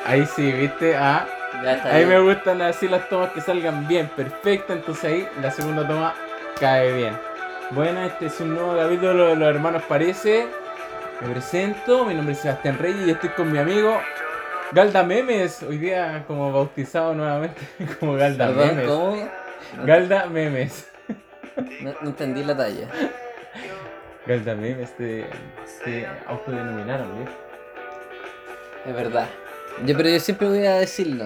Ahí sí, ¿viste? Ah, Ya está ahí bien. me gustan así las tomas que salgan bien, perfectas. Entonces ahí la segunda toma cae bien. Bueno, este es un nuevo capítulo de Los Hermanos Parece. Me presento, mi nombre es Sebastián Reyes y estoy con mi amigo Galda Memes. Hoy día como bautizado nuevamente como Galda Perdón, Memes. ¿cómo? Galda Memes. No entendí la talla. Galda Memes te autodenominaron, ¿viste? Es verdad. Pero yo siempre voy a decirlo.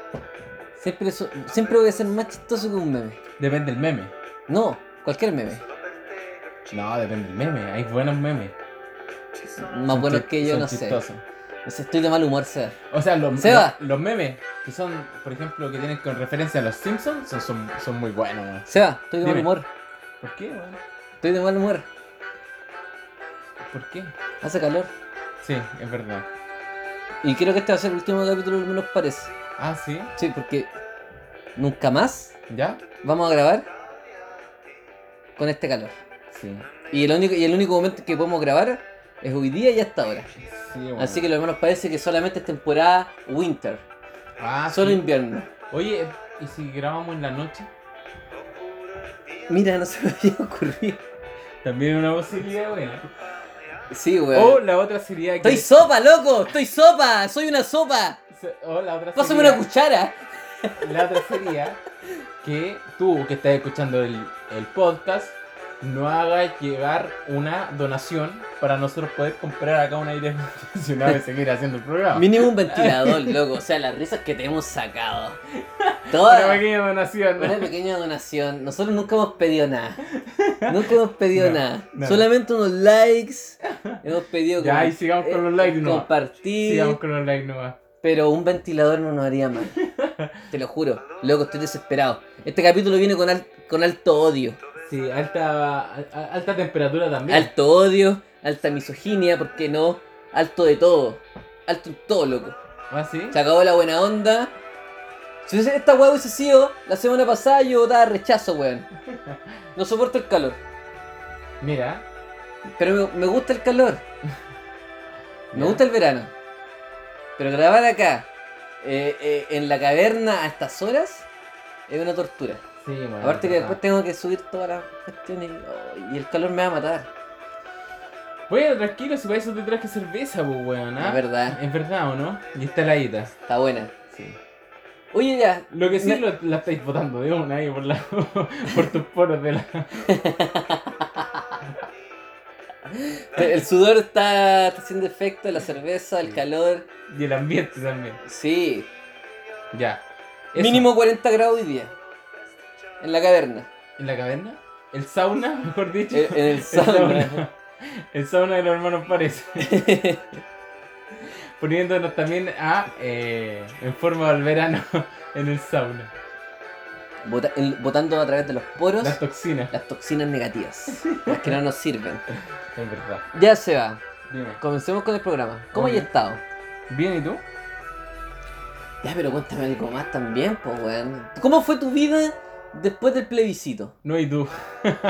Siempre voy a ser más chistoso que un meme. Depende del meme. No, cualquier meme. No, depende del meme. Hay buenos memes. Más buenos que yo, Son no sé. chistosos. No sé, estoy de mal humor, Seba. O sea, los Seba. memes que son, por ejemplo, que tienen con referencia a los Simpsons, son muy buenos, weón. Seba, estoy de mal Dime. humor. ¿Por qué, weón? Estoy de mal humor. ¿Por qué? Hace calor. Sí, es verdad. Y creo que este va a ser el último capítulo, al menos parece. Ah, sí, Sí, porque nunca más ¿ya? vamos a grabar con este calor. Sí. Y el único momento que podemos grabar es hoy día y hasta ahora. Sí, weón. Así que lo menos parece que solamente es temporada winter. Ah, Solo sí. invierno. Oye, ¿y si grabamos en la noche? Mira, no se me había ocurrido. También una posibilidad buena. Sí, O weón. la otra sería que... ¡Estoy sopa, loco! ¡Estoy sopa! ¡Soy una sopa! O la otra ¡Pásame sería... una cuchara! La otra sería que tú, que estás escuchando el podcast, no hagas llegar una donación para nosotros poder comprar acá un aire acondicionado y seguir haciendo el programa. Mínimo un ventilador, loco. O sea, las risas que te hemos sacado. Una Toda pequeña donación, ¿no? una pequeña donación. Nosotros nunca hemos pedido nada. Nunca hemos pedido No, nada. nada. Solamente unos likes. Hemos pedido Ya, y sigamos con los likes nomás. compartir. Sigamos con los likes nomás. Pero un ventilador no nos haría mal. Te lo juro. Loco, estoy desesperado. Este capítulo viene con alto odio. Sí, alta temperatura también. Alto odio, alta misoginia, ¿por qué no? Alto de todo. Alto en todo, loco. ¿Ah, sí? Se acabó la buena onda. Si esta weá hubiese sido la semana pasada, yo daba rechazo, weón. No soporto el calor. Mira. Pero me gusta el calor. Me Ya. gusta el verano. Pero grabar acá, en la caverna a estas horas, es una tortura. Sí, bueno, Aparte que verdad. después tengo que subir todas las cuestiones y el calor me va a matar. Bueno, tranquilo, si para eso te traje cerveza, pues, weón, ¿ah? Es verdad. Es verdad, ¿o no? Y está heladita. Está buena. Sí. Oye, ya. Lo que sí la estáis botando de una ahí por tus poros de la... El sudor está haciendo efecto, la cerveza, el calor. Y el ambiente también. Sí. Ya. Eso. Mínimo 40 grados hoy día. En la caverna. ¿En la caverna? ¿El sauna, mejor dicho? En el sauna. El sauna de los hermanos Parece. Poniéndonos también en forma del verano en el sauna. Botando a través de los poros Las toxinas. las toxinas negativas. Las que no nos sirven. Es verdad. Ya se va. Dime. Comencemos con el programa. ¿Cómo Ok. has estado? ¿Bien y tú? Ya, pero cuéntame algo más también, pues, weón. ¿Cómo fue tu vida después del plebiscito? No y tú.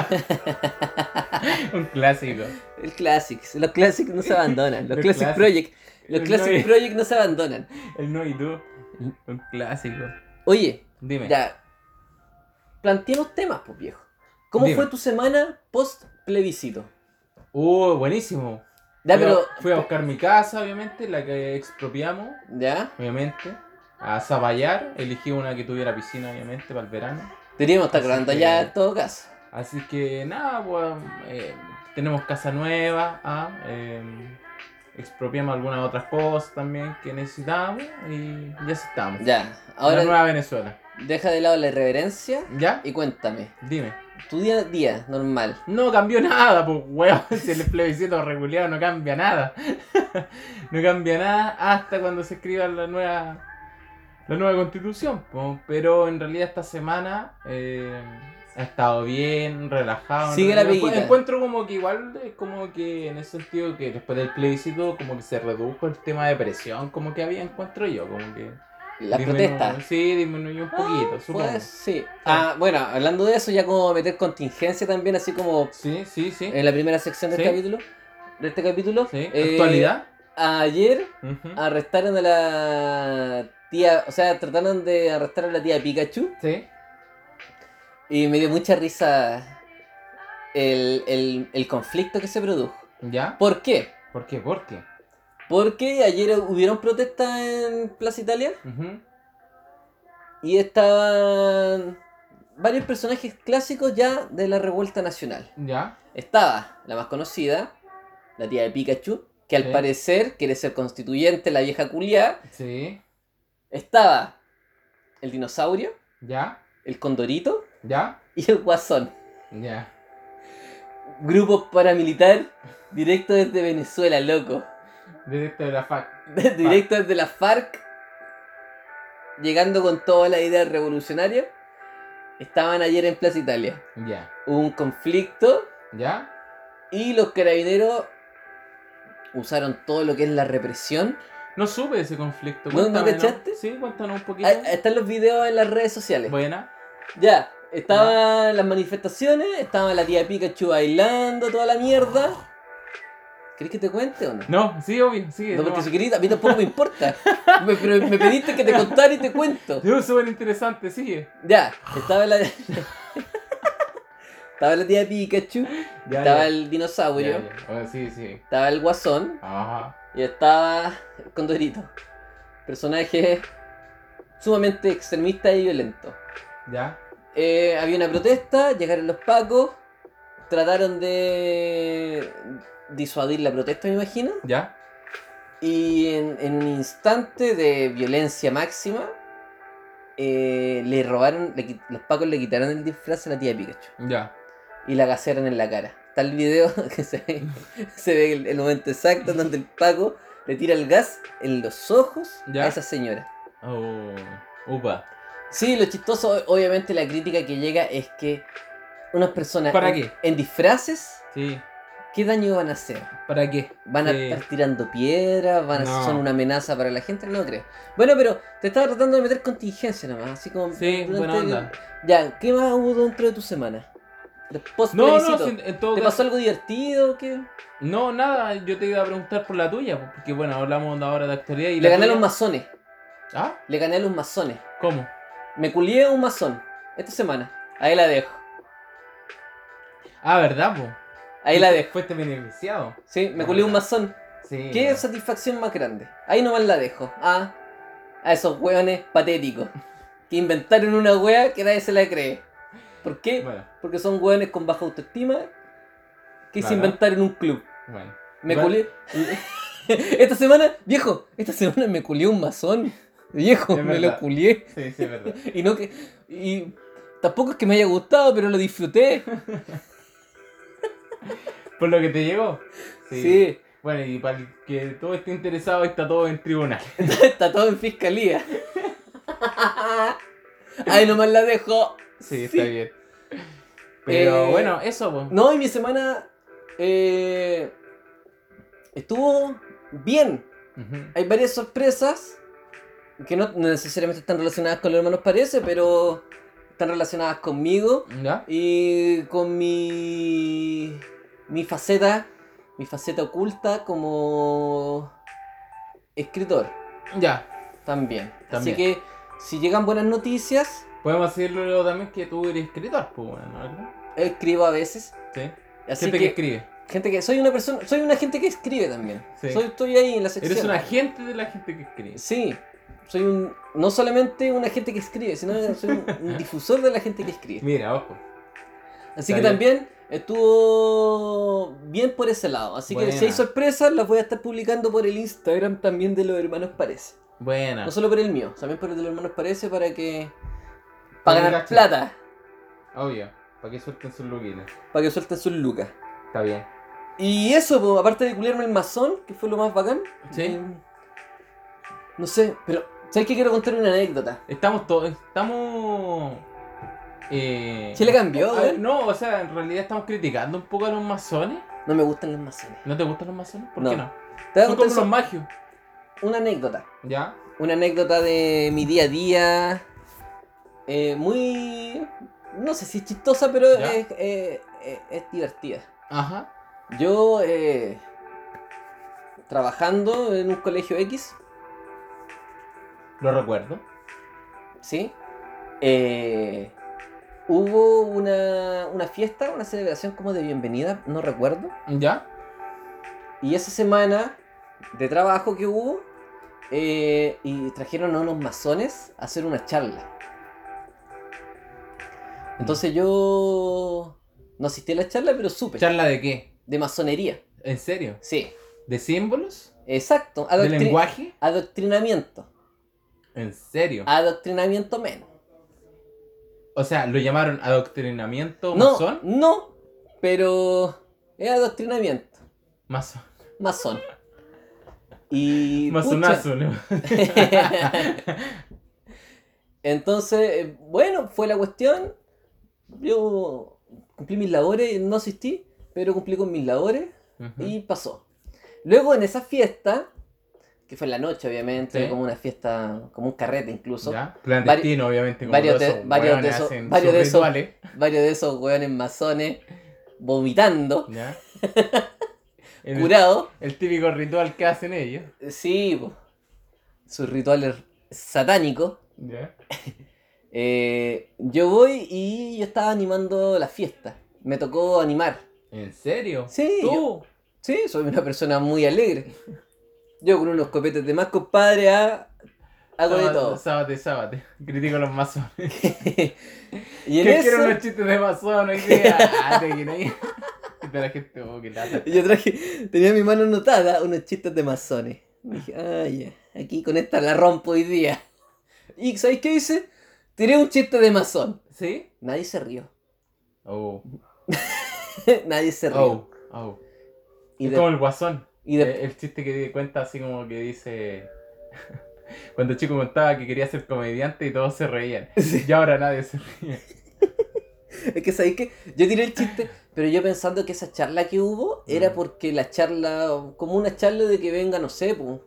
Un clásico. El Classics. Los Classics no se abandonan. Los Los Classic Classics. Project. Los No Classic y- Project no se abandonan. El no y tú. Un clásico. Oye, Dime. ya. Planteemos temas, pues, viejo. ¿Cómo Dime. fue tu semana post plebiscito? Buenísimo. Ya, pero. Fui a buscar mi casa, obviamente, la que expropiamos, Ya. obviamente. A Zapallar, elegí una que tuviera piscina, obviamente, para el verano. Deberíamos estar Así grabando que- ya en todo caso. Así que nada, pues tenemos casa nueva, expropiamos algunas otras cosas también que necesitábamos y ya estamos. Ya. La Ahora nueva Venezuela. deja de lado la irreverencia ¿Ya? y cuéntame. Dime. Tu día a día normal. No cambió nada, pues weón, si el plebiscito regulado no cambia nada. No cambia nada hasta cuando se escriba la nueva constitución, po. Pero en realidad esta semana ha estado bien, relajado. Sigue la realidad. peguita. Encuentro como que igual, como que en ese sentido que después del plebiscito como que se redujo el tema de presión, como que había, encuentro yo, como que... La disminuyó- protesta. Sí, disminuyó un poquito, supongo. Pues sí. Ah, bueno, hablando de eso, ya como meter contingencia también, así como Sí, sí, sí. en la primera sección del Sí. capítulo. De este capítulo. Sí. ¿Actualidad? Ayer Ujú. arrestaron a la tía, o sea, trataron de arrestar a la tía Pikachu Sí. y me dio mucha risa el conflicto que se produjo. ¿Ya? ¿Por qué? ¿Por qué? ¿Por qué? Porque ayer hubieron protestas en Plaza Italia Ujú. y estaban varios personajes clásicos ya de la revuelta nacional. ¿Ya? Estaba la más conocida, la tía de Pikachu, que al Sí. parecer quiere ser constituyente, la vieja culiá. Sí. Estaba el dinosaurio, ¿Ya? el condorito ¿Ya? y el guasón. Ya. Grupo paramilitar directo desde Venezuela, loco. Directo de la fac. Directo desde la FARC, llegando con toda la idea revolucionaria. Estaban ayer en Plaza Italia. Ya. Hubo un conflicto ¿Ya? y los carabineros usaron todo lo que es la represión. No supe de ese conflicto. ¿No Cuéntame, cachaste? Sí, cuéntanos un poquito. Están los videos en las redes sociales. Buena. Ya, estaban las manifestaciones, estaba la tía Pikachu bailando, toda la mierda. ¿Querés que te cuente o no? No, sí, obvio, sí. No, porque si querés, a mí tampoco me importa. Pero me pediste que te contara y te cuento. Es súper interesante, sigue. Ya, estaba la. Estaba la tía Pikachu, Ya, estaba ya. el dinosaurio, Ya, ya. Bueno, sí, sí. estaba el guasón Ajá. y estaba el condorito. Personaje sumamente extremista y violento. ¿Ya? Había una protesta, llegaron los pacos, trataron de disuadir la protesta, me imagino. ¿Ya? Y en un instante de violencia máxima, le robaron, los pacos le quitaron el disfraz a la tía Pikachu Ya. y la gasearon en la cara. Está el video que se ve el momento exacto donde el paco le tira el gas en los ojos ¿Ya? a esa señora. Oh. Upa. Sí, lo chistoso, obviamente la crítica que llega es que unas personas ¿Para en, qué? en disfraces, Sí. ¿qué daño van a hacer? ¿Para qué? ¿Van a Sí. estar tirando piedras? No. ¿Son una amenaza para la gente? No creo. Bueno, pero te estaba tratando de meter contingencia nomás, así como... Sí, buena onda. Ya, ¿qué más hubo dentro de tu semana? Después No, no, en todo ¿Te caso. pasó algo divertido o qué? No, nada, yo te iba a preguntar por la tuya, pues, porque bueno, hablamos ahora de actualidad y Le la gané a tuya- los masones. ¿Ah? Le gané a los masones. ¿Cómo? Me culié a un masón. Esta semana. Ahí la dejo. Ah, ¿verdad, po? Ahí la dejo. Fuiste beneficiado. Sí, me culié a un masón. Sí. ¿Qué satisfacción más grande? Ahí nomás la dejo. A esos hueones patéticos. Que inventaron una wea que nadie se la cree. ¿Por qué? Bueno, Porque son hueones con baja autoestima que se Claro. inventaron un club. bueno. Me Igual- culié. Esta semana, viejo, esta semana me culié un masón. Viejo, Es me verdad. lo culié. Sí, sí, es verdad. Y no que. Y tampoco es que me haya gustado, pero lo disfruté. ¿Por lo que te llegó? Sí. Bueno, y para el que todo esté interesado, está todo en tribunal. Está todo en fiscalía. Ahí nomás la dejo. Sí, está bien. Pero bueno, eso, pues. No, y mi semana estuvo bien. Ujú. Hay varias sorpresas que no necesariamente están relacionadas con los hermanos Parece, pero están relacionadas conmigo ¿Ya? y con mi faceta oculta como escritor Ya. también. También. Así que si llegan buenas noticias, Podemos decirlo también que tú eres escritor, pues bueno, ¿verdad? escribo a veces. Sí. Así Gente que, que escribe. gente que soy una gente que escribe también. Sí. Estoy ahí en la sección. Eres un agente de la gente que escribe. Sí, no solamente un agente que escribe, sino que soy un difusor de la gente que escribe. Mira, ojo. Así Está que bien. también estuvo bien por ese lado. Así que si hay Buena. sorpresas, las voy a estar publicando por el Instagram también de los hermanos Parece. Buena. No solo por el mío, también por el de los hermanos Parece para que... Para Para que ganar cachen. plata, Obvio. Para que suelten sus luquitas. para que suelten sus lucas. Está bien. Y eso, po, aparte de culiarme el masón, que fue lo más bacán. Sí. No sé, pero ¿sabes qué? Quiero contar una anécdota. Estamos todos. Estamos. Chile cambió, a ver, weón. no, o sea, en realidad estamos criticando un poco a los masones. No me gustan los masones. ¿No te gustan los masones? ¿Por No. qué no? Te voy a Son contar como eso- los magios. una anécdota. ¿Ya? Una anécdota de mi día a día. Muy... No sé si es chistosa, pero ¿Ya? es divertida. Ajá. Yo trabajando en un colegio X, Lo recuerdo. ¿sí? Hubo una fiesta, una celebración como de bienvenida, no recuerdo. ¿Ya? Y esa semana de trabajo que hubo, y trajeron a unos masones a hacer una charla. Entonces yo no asistí a la charla, pero supe. ¿Charla de qué? De masonería. ¿En serio? Sí, ¿De símbolos? exacto. ¿De lenguaje? Adoctrinamiento. ¿En serio? Adoctrinamiento menos. O sea, ¿lo llamaron adoctrinamiento No, masón? no, pero es adoctrinamiento. Masón. Masón. Y. Masonazo, ¿no? Entonces, bueno, fue la cuestión. Yo cumplí mis labores, no asistí, pero cumplí con mis labores y pasó. Luego en esa fiesta, que fue en la noche obviamente, Sí. como una fiesta, como un carrete incluso. ¿Ya? Clandestino, obviamente, como varios todos de- esos varios hueones de esos- hacen varios sus de esos- rituales. Varios de esos hueones masones vomitando, ¿Ya? El, curados. el típico ritual que hacen ellos. Sí, po, sus rituales satánicos. ¿Ya? Yo voy y yo estaba animando la fiesta. Me tocó animar. ¿En serio? Sí, ¿Tú? Sí, soy una persona muy alegre. Yo con unos copetes de más, compadre, hago de todo. Sábate. Critico a los masones. Y en ¿Qué eso, quiero unos chistes de masón hoy día? Te quiero ahí. Y te la gente, oh, qué lata. yo tenía en mi mano anotada unos chistes de masones. Dije, ya, aquí con esta la rompo hoy día. ¿Y sabéis qué hice? Tiré un chiste de masón. ¿Sí? Nadie se rió. Oh. Nadie se rió. Oh. Y Es de- como el guasón. y de- El chiste que cuenta así como que dice... Cuando el chico contaba que quería ser comediante y todos se reían. Sí. Y ahora nadie se ríe. Es que sabéis que yo tiré el chiste, pero yo pensando que esa charla que hubo era porque la charla, como una charla de que venga, no sé, pues,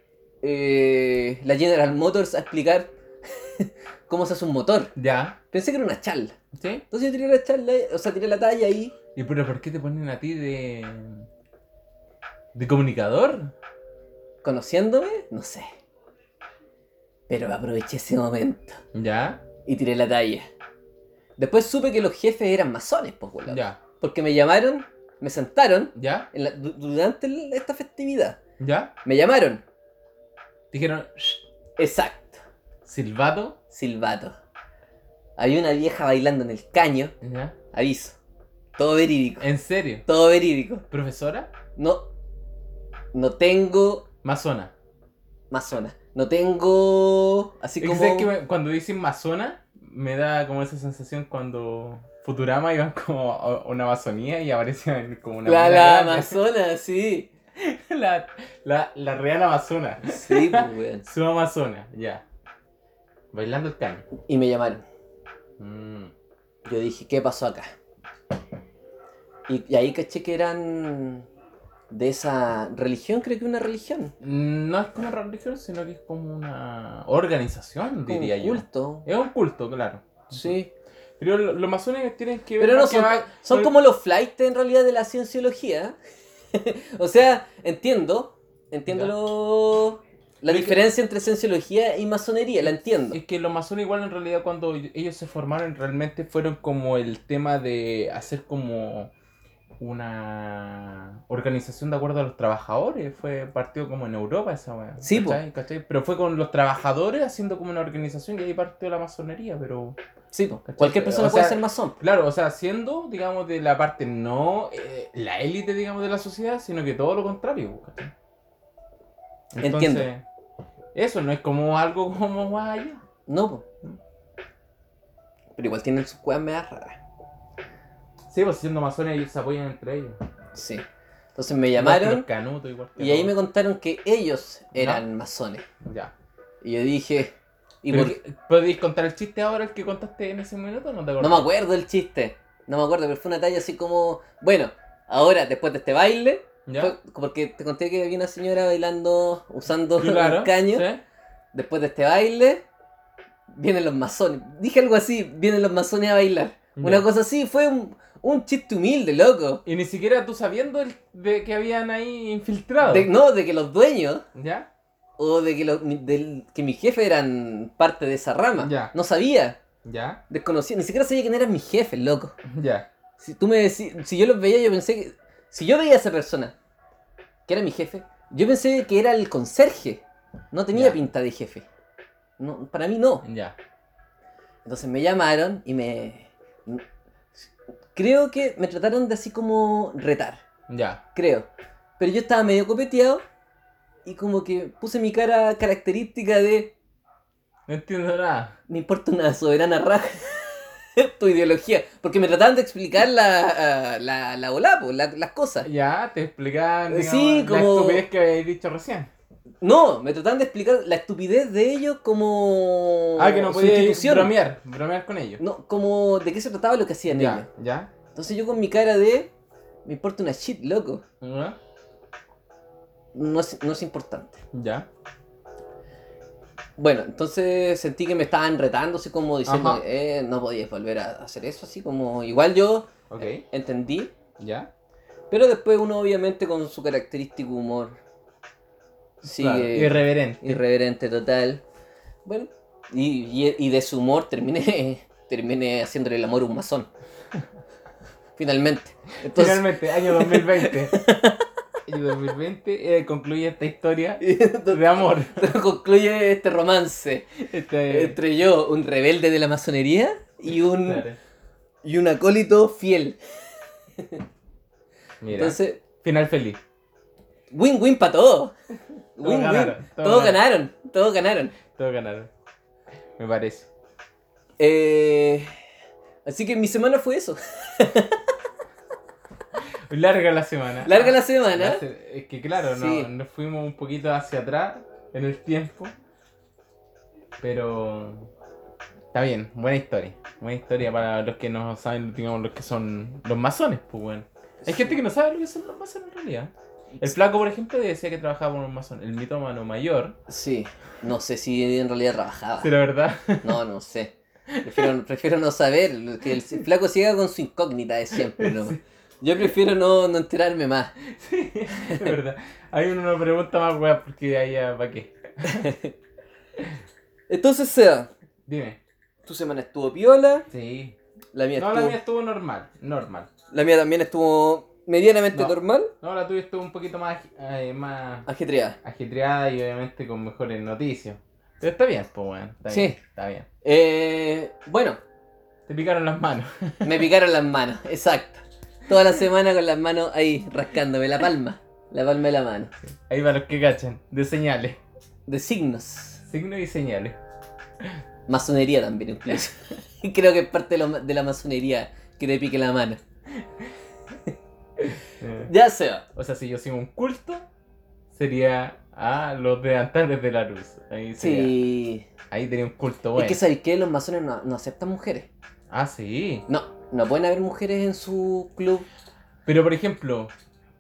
la General Motors a explicar cómo se hace un motor. ¿Ya? Pensé que era una charla. ¿Sí? Entonces yo tiré la charla, o sea, tiré la talla ahí. ¿Y pero por qué te ponen a ti de... de comunicador? Conociéndome, no sé. Pero aproveché ese momento ¿Ya? y tiré la talla. Después supe que los jefes eran masones, pues, weón. ¿Ya? Porque me llamaron, me sentaron ¿Ya? durante esta festividad. ¿Ya? Me llamaron. Dijeron... "Shh, Exacto. silbato". Silbato. Había una vieja bailando en el caño. ¿Ya? Aviso. Todo verídico. ¿En serio? Todo verídico. ¿Profesora? No tengo Masona. masona. No tengo. Así Es que como. sabes que cuando dicen masona, me da como esa sensación cuando Futurama iban como a una amazonía y aparecían como una... La mina grande. amazona, sí. la real amazona. Sí, pues, weón. Su amazona, ya. Bailando el caño. Y me llamaron. Mm. Yo dije, ¿qué pasó acá? Y ahí caché que eran de esa religión, creo que una religión. No es como una religión, sino que es como una organización, Como diría un yo. culto. Es un culto, claro. Sí. Pero los masones tienen que ver Pero no más que son, va- son como los flights en realidad de la cienciología. O sea, entiendo Ya. la Pero diferencia entre cienciología y masonería, la entiendo. Es que los masones igual en realidad cuando ellos se formaron realmente fueron como el tema de hacer como una organización de acuerdo a los trabajadores. Fue partido como en Europa esa weá. Sí, po. ¿Cachai? Pero fue con los trabajadores haciendo como una organización y ahí partió la masonería, pero... Sí, po. ¿Cachai? Cualquier persona O puede sea, ser masón. Claro, o sea, siendo, digamos, de la parte no la élite, digamos, de la sociedad, sino que todo lo contrario, ¿cachai? Entiendo. Eso no es como algo como más allá. No, po. Pero igual tienen sus cuevas medias raras. Sí, pues siendo masones ellos se apoyan entre ellos. Sí. Entonces me Igual que llamaron los canutos, igual que y ahí todos. me contaron que ellos eran masones. Ya. Y yo dije, ¿y Pero por qué? ¿Podéis contar el chiste ahora, el que contaste en ese minuto? ¿No te No acuerdas? me acuerdo el chiste. No me acuerdo, pero fue una talla así como. Bueno, ahora, después de este baile, ¿Ya? fue porque te conté que había una señora bailando, usando Claro. un caño. ¿Sí? Después de este baile, vienen los masones. Dije algo así, vienen los masones a bailar. Ya. Una cosa así, fue Un chiste humilde, loco. Y ni siquiera tú sabiendo de que habían ahí infiltrados. No, de que los dueños, ¿Ya? o de que, que mis jefes eran parte de esa rama. Ya. No sabía. ¿Ya? Desconocía, ni siquiera sabía quién eran mis jefes, loco. Ya. Si tú me decís, si yo los veía, yo pensé que... Si yo veía a esa persona, que era mi jefe, yo pensé que era el conserje. No tenía Ya. pinta de jefe. No, para mí no. Ya. Entonces me llamaron y creo que me trataron de así como retar. Ya. Creo. Pero yo estaba medio copeteado y como que puse mi cara característica de... No entiendo nada. Me importa una soberana raja tu ideología. Porque me trataban de explicar la volá, po, las cosas. Ya, te explicaban, digamos, Sí, la como- estupidez que habéis dicho recién. No, me trataban de explicar la estupidez de ellos como... Ah, que no su podías institución. bromear con ellos. No, como de qué se trataba lo que hacían ellos. Ya, ya. Entonces yo con mi cara de... Me importa una shit, loco. ¿Ya? No es importante. Ya. Bueno, entonces sentí que me estaban retando, así como diciendo, Ajá. no podías volver a hacer eso, así como... Igual yo Ok. entendí, Ya. pero después uno obviamente con su característico humor sigue Claro, irreverente. irreverente total. Bueno, y de su humor terminé haciéndole el amor a un masón. Finalmente. Entonces, Finalmente, año 2020. Año 2020 concluye esta historia de amor. concluye este romance Este, entre yo, un rebelde de la masonería, y claro. un acólito fiel. Mira, Entonces, final feliz. win-win para todos. Todos Win-win. ganaron, todos Todos ganaron. Todos ganaron. Todos ganaron. Me parece. Así que mi semana fue eso. Larga la semana. Larga la semana. Es que claro, Sí. nos fuimos un poquito hacia atrás en el tiempo. Pero está bien, buena historia. Buena historia para los que no saben, digamos, los que son los masones, pues bueno. Hay gente que no sabe lo que son los masones en realidad. El flaco, por ejemplo, decía que trabajaba con un masón. El mitómano mayor. Sí. No sé si en realidad trabajaba. Sí, la verdad. No sé. Prefiero no saber. Que el flaco siga con su incógnita de siempre, ¿no? Sí. Yo prefiero no enterarme más. Sí, es verdad. Hay una pregunta más weá porque ahí ya, ¿para qué? Entonces, Seba, Dime. tu semana estuvo piola. Sí. La mía No, estuvo... la mía estuvo normal. Normal. La mía también estuvo medianamente No. normal. No, la tuya estuvo un poquito más Ajetreada. ajetreada y obviamente con mejores noticias. Pero está bien, pues bueno. Está Sí. bien. Está bien. Bueno, Te picaron las manos. me picaron las manos, exacto. Toda la semana con las manos ahí rascándome la palma de la mano. Ahí para los que cachan. De señales. De signos. Signos y señales. Masonería también incluso. Creo que es parte de la masonería que te pique la mano. Ya sea. O sea, si yo sigo un culto, sería los delantales de la luz. Ahí sería. Sí. Ahí tenía un culto bueno. Es que sabéis que los masones no aceptan mujeres. Ah, sí. No pueden haber mujeres en su club. Pero por ejemplo,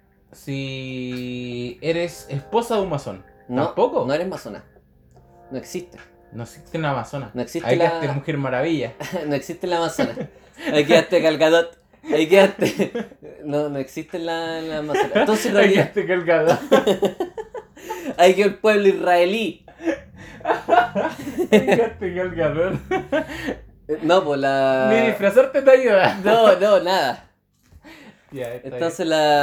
si eres esposa de un masón, No, ¿tampoco? no eres masona. No existe. No existe una amazona. No existe Ahí la- quedaste Mujer Maravilla. No existe la amazona. Ahí quedaste Calgadot. Ahí quedaste. No existe la amazona. Entonces en Ahí realidad, quedaste Calgado. ahí quedó el pueblo israelí. Ahí quedaste Calgado. No, pues la. Ni disfrazarte te ayuda. No, nada. Ya, está Entonces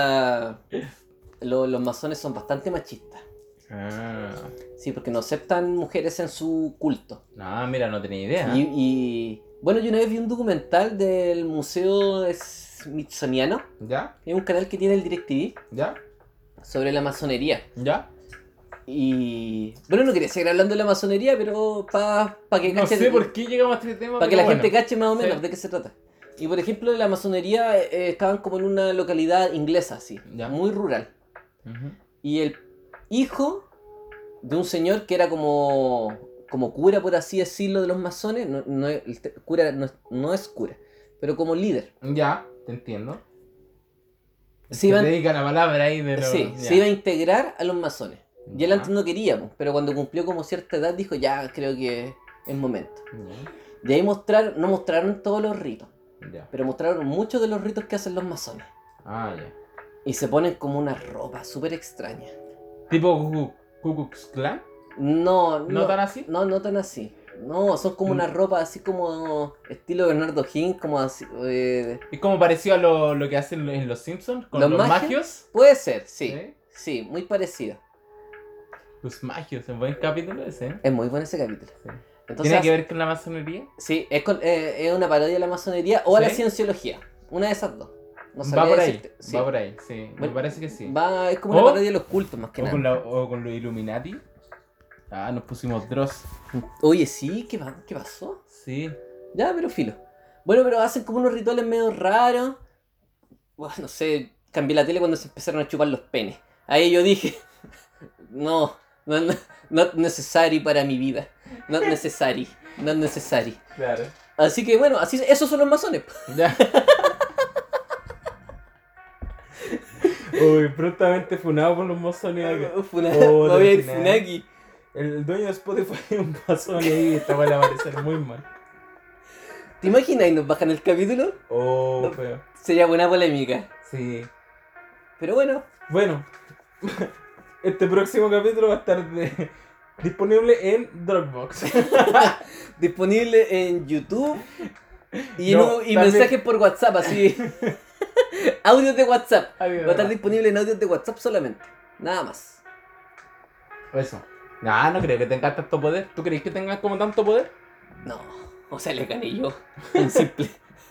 los masones son bastante machistas. bien. Ah. Sí, porque no aceptan mujeres en su culto. No, mira, no tenía idea. Bueno, yo una vez vi un documental del Museo Smithsoniano, ¿Ya? que es un canal que tiene el DirecTV, ¿Ya? sobre la masonería. ¿Ya? Y bueno, no quería seguir hablando de la masonería, pero para que No cachen- sé por qué llegamos a este tema. para que pero la bueno. gente cache más o menos Sí. de qué se trata. Y por ejemplo, la masonería estaban como en una localidad inglesa, así, Ya. muy rural. Ujú. Y el hijo de un señor que era como cura, por así decirlo, de los masones, cura no es cura, pero como líder. Ya, te entiendo. Se Te iban- dedica la palabra ahí de los... Sí, ya. se iba a integrar a los masones. Y él Ya. antes no quería, po, pero cuando cumplió como cierta edad dijo, ya, creo que es momento. Ya. Y ahí no mostraron todos los ritos. Ya. pero mostraron muchos de los ritos que hacen los masones. Ah, ya. Y se ponen como una ropa súper extraña. ¿Tipo Ku Klux Klan? No, ¿No tan así? No, no tan así. No, son como una ropa así como estilo Bernardo Higgins, como así. Es como parecido a lo que hacen en Los Simpsons con ¿Los los magios? magios. Puede ser, sí. ¿Sí? Sí, muy parecido. Los magios, un buen capítulo ese, ¿eh? Es muy bueno ese capítulo. Sí. Entonces, ¿Tiene que ver con la masonería? sí, es una parodia de la masonería o a la ¿Sí? cienciología. Una de esas dos. No Va sabría por ahí, decirte. Sí. va por ahí, sí. Me Bueno, parece que sí. Es como O- una parodia de los cultos más que O nada. o con los Illuminati. Ah, nos pusimos Dross. Oye, sí, ¿qué pasó? Sí. Ya, pero filo. Bueno, pero hacen como unos rituales medio raros. Bueno, no sé, cambié la tele cuando se empezaron a chupar los penes. Ahí yo dije, no, no es necesario para mi vida. No es necesario, no es necesario. Claro. Así que bueno, esos son los masones. Ya. Uy, prontamente funado por los masones acá. Me Oh, voy a ir te funaki. El dueño de Spotify es un masón y ahí esta weá le va a parecer muy mal. ¿Te imaginas y nos bajan el capítulo? Oh, No. feo. Sería buena polémica. Sí. Pero bueno, Bueno, este próximo capítulo va a estar disponible en Dropbox. disponible en YouTube y, No, y también- mensajes por WhatsApp, así. Audios de WhatsApp. Audio de Va a estar WhatsApp. disponible en audios de WhatsApp solamente. Nada más. Eso. Nah, no creo que tenga tanto poder. ¿Tú crees que tengas como tanto poder? No, o sea, le gané yo. Un simple,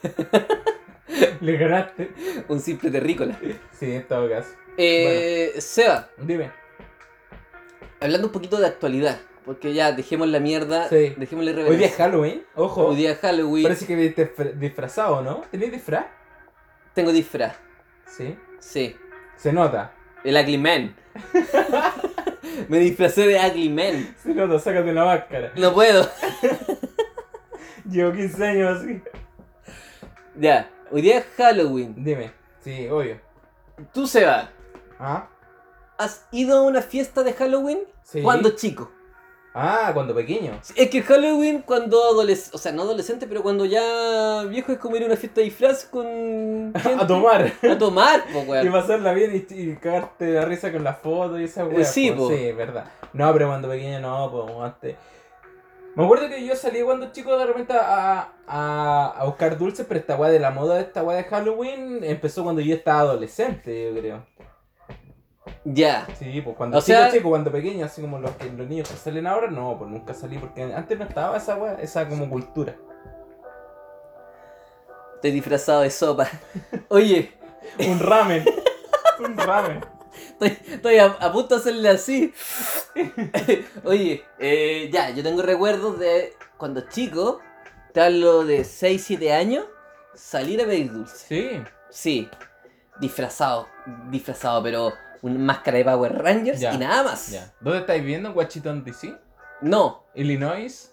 Le ganaste. un simple terrícola. Sí, en todo caso. Seba, Dime. hablando un poquito de actualidad, porque ya dejemos la mierda, Sí. dejemos la Hoy día es irreverencia. Halloween. Ojo. Hoy día es Halloween, Parece que viste disfrazado, ¿no? ¿Tenés disfraz? tengo disfraz. Sí. Sí, Se nota. el Ugly Man. Me disfracé de Ugly Man. Se nota, sácate la máscara. No puedo. Llevo 15 años así. Ya, hoy día es Halloween. Dime. Sí, obvio. Tú, Seba, ¿Ah? ¿has ido a una fiesta de Halloween? Sí. Cuando chico. Ah, cuando pequeño. Es que Halloween cuando adolescente, o sea, no adolescente, pero cuando ya viejo es como ir a una fiesta de disfraz con gente. A tomar. A tomar, po, Y weón. pasarla bien y cagarte de risa con las fotos y esa weá. Sí, po. Sí, verdad. No, pero cuando pequeño no, pues antes. Me acuerdo que yo salí cuando chico de repente a buscar dulces, pero esta weá de la moda de esta weá de Halloween empezó cuando yo estaba adolescente, yo creo. Ya. Sí, pues cuando O sea- chico, cuando pequeño, así como los niños que salen ahora, no, pues nunca salí porque antes no estaba esa weá, esa como cultura. Estoy disfrazado de sopa. Oye, Un ramen. Un ramen. estoy a punto de hacerle así. Oye, ya, yo tengo recuerdos de cuando chico, te hablo de 6, 7 años, salir a pedir dulces. Sí. Sí, disfrazado, pero una máscara de Power Rangers Ya, y nada más. Ya. ¿Dónde estáis viviendo? ¿En Washington DC? No, ¿Illinois?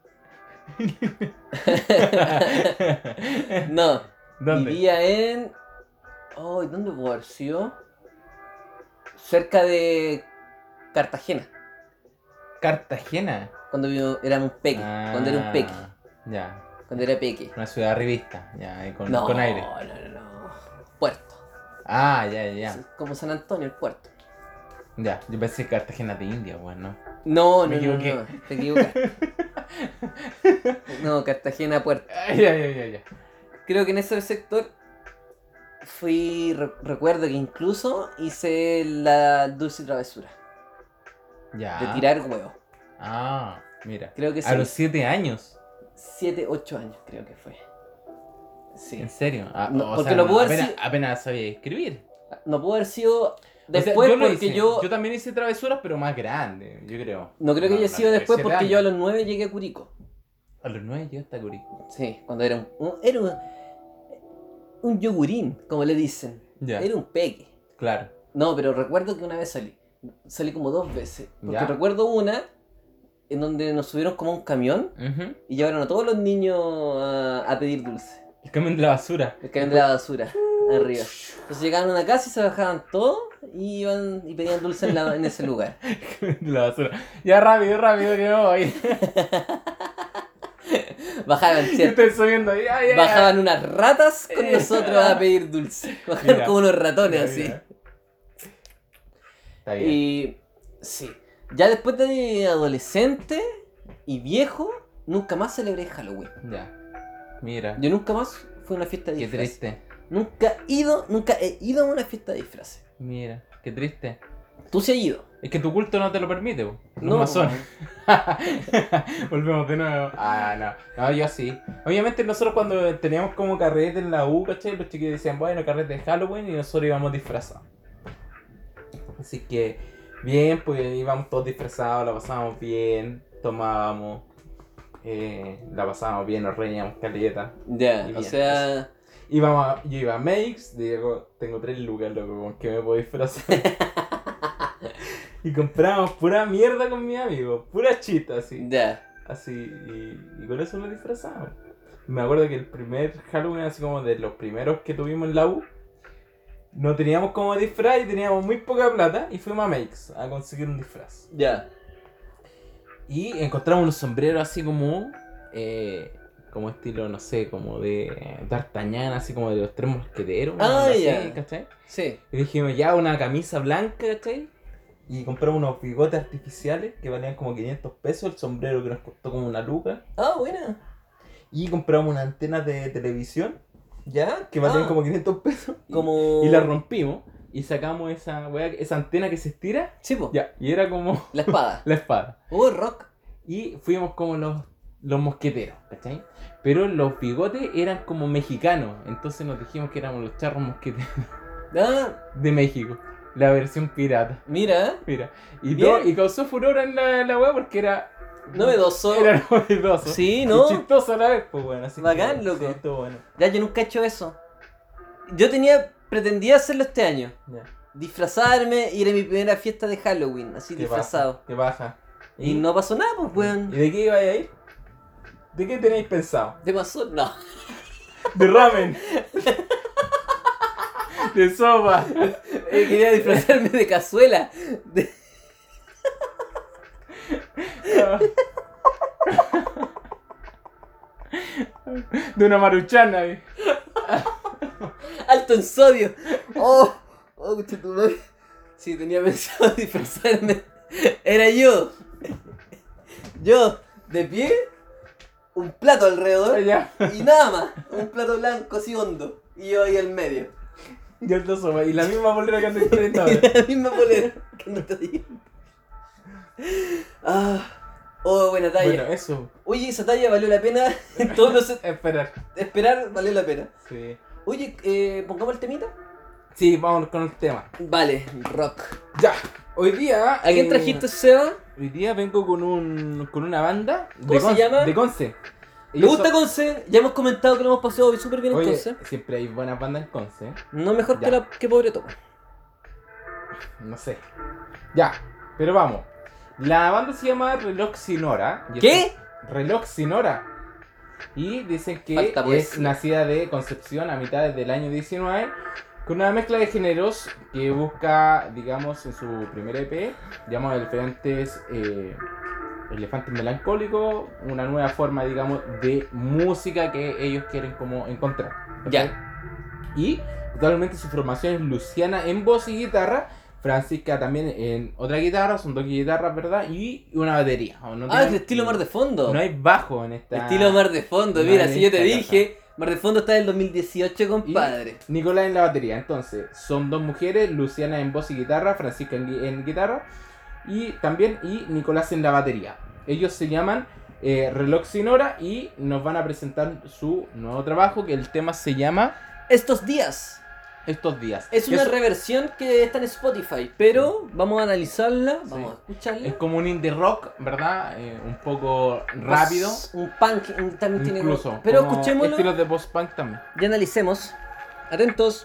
no. ¿Dónde? Vivía en... Oh, ¿dónde puedo haber sido? Cerca de Cartagena. Cartagena. Cuando era un peque. Cuando era un peque. Ya. Cuando era peque. Una ciudad revista. Ya, ahí con, No, con aire. no. Puerto. Ah, ya. Como San Antonio, el puerto. Ya, yo pensé que Cartagena de India, bueno. No, Me equivoqué. no. Te equivocaste. No, Cartagena, puerto. Ya. Creo que en ese sector recuerdo que incluso hice la dulce travesura Ya. de tirar huevos. Ah, mira. Creo que A los 7 años. 7, 8 años creo que fue. Sí. ¿En serio? Ah, No, o porque sea, no puedo haber apenas, sido- apenas sabía escribir. No pudo haber sido O sea, después yo lo porque hice. yo... también hice travesuras, pero más grandes, yo creo. No creo que haya sido después 7 porque yo a años. los 9 llegué a Curicó. A los 9 llegaste a Curicó. Sí, cuando era un yogurín, como le dicen. Ya. Era un peque. Claro. No, pero recuerdo que una vez salí. Salí como 2 veces. Porque Ya. recuerdo una en donde nos subieron como a un camión Ujú. y llevaron a todos los niños a pedir dulce. El camión de la basura. El camión de la basura, arriba. Entonces llegaban a una casa y se bajaban todos y iban y pedían dulce en ese lugar. El camión de la basura. Ya rápido, que me voy. Bajaban, Yo ¿cierto? estoy subiendo ahí. Ay, ay, Bajaban unas ratas con nosotros a pedir dulce. Bajaban Mira. como unos ratones Mira, así. mira. Está bien. Y sí. Ya después de adolescente y viejo, nunca más celebré Halloween. Ya. Mira. Yo nunca más fui a una fiesta de Qué disfraces. triste. Nunca he ido a una fiesta de disfraces. Mira, qué triste. ¿Tú sí has ido? Es que tu culto no te lo permite, po. Los No. masones. Volvemos de nuevo. Ah, no. No, yo sí. Obviamente nosotros cuando teníamos como carrete en la U, ¿cachai? Los chiquillos decían, bueno, carrete de Halloween y nosotros íbamos disfrazados. Así que, bien, pues íbamos todos disfrazados, la pasábamos bien, tomábamos, la pasábamos bien, nos reíamos caleta. Ya, Y o bien, sea... Yo iba a Makes, digo, tengo 3 lucas, loco, ¿con qué me puedo disfrazar? Y comprábamos pura mierda con mis amigos, pura chita así. Ya. Así, y con eso nos disfrazamos. Me acuerdo que el primer Halloween, así como de los primeros que tuvimos en la U, no teníamos como disfraz y teníamos muy poca plata y fuimos a Makes a conseguir un disfraz. Ya. Y encontramos unos sombreros así como estilo, no sé, como de D'Artagnan, así como de los 3 mosqueteros. Ah, así, ya. ¿cachai? Sí. Y dijimos, ya, una camisa blanca, ¿cachai? Y compramos unos bigotes artificiales que valían como 500 pesos, el sombrero que nos costó como una luca. Ah, buena. Y compramos unas antenas de televisión ¿Ya? que valían Ah, como 500 pesos. como... Y las rompimos y sacamos esa antena que se estira. Sí, po. Ya, y era como La espada. la espada. Rock. Y fuimos como los mosqueteros, ¿cachai? Pero los bigotes eran como mexicanos, entonces nos dijimos que éramos los charros mosqueteros Ah, de México. La versión pirata. mira. Mira. Y, Bien. y causó furor en la web porque era Novedoso. Era novedoso. Sí, Y ¿no? chistoso a la vez, pues bueno. Así Bacán, que, loco. Sí, estuvo bueno. Ya, yo nunca he hecho eso. Pretendía hacerlo este año. Ya. Disfrazarme, ir a mi primera fiesta de Halloween, así Qué disfrazado. baja, qué baja. Y no pasó nada, pues, weón. ¿Y de qué iba a ir? ¿De qué tenéis pensado? ¿Te pasó? No. De ramen. De sopa. Quería disfrazarme de cazuela. De una maruchana. Alto en sodio. Oh, tu madre. Sí, tenía pensado disfrazarme. Era yo. Yo, de pie, un plato alrededor Ya. y nada más. Un plato blanco así hondo. Y yo ahí al medio. Y el dos sopa. Y la misma bolera que antes trayendo Y ahora. la misma polera que no te digo. Oh, buena talla. Bueno, eso. Oye, esa talla valió la pena. Todos los Esperar. esperar valió la pena. Sí. Oye, pongamos el temita. Sí, vamos con el tema. Vale, rock. Ya. Hoy día. ¿A quién trajiste, Seba? Hoy día vengo con una banda. ¿Cómo se llama? De Conce. Me gusta Conce. Ya hemos comentado que lo hemos pasado súper bien en Oye, Conce. siempre hay buenas bandas en Conce. No mejor Ya. que Pobre Topo. No sé. Ya, pero vamos. La banda se llama Reloj Sin Hora. y ¿Qué? es- Reloj Sin Hora. Y dicen que Falta es poesía. nacida de Concepción a mitad del año 19. Con una mezcla de géneros que busca, digamos, en su primer EP, digamos, elefantes melancólicos, una nueva forma, digamos, de música que ellos quieren como encontrar. ¿ok? Ya. Y totalmente su formación es Luciana en voz y guitarra, Francisca también en otra guitarra, son 2 guitarras, ¿verdad? Y una batería. No Es tienen- el estilo Mar de Fondo. No hay bajo en esta. Estilo Mar de Fondo. no Mira, hay si yo te esta dije, Mar de Fondo está del 2018, compadre. Nicolás en la batería. Entonces, son 2 mujeres, Luciana en voz y guitarra, Francisca en guitarra y Nicolás en la batería. Ellos se llaman Reloj Sin Hora y nos van a presentar su nuevo trabajo, que el tema se llama Estos días. Estos días. Es Que una reversión que está en Spotify, pero vamos a analizarla, Sí. vamos a escucharla. es como un indie rock, ¿verdad? Un poco rápido. Un punk también tiene. Incluso. Pero como escuchémoslo estilos de post-punk también. y analicemos. Atentos.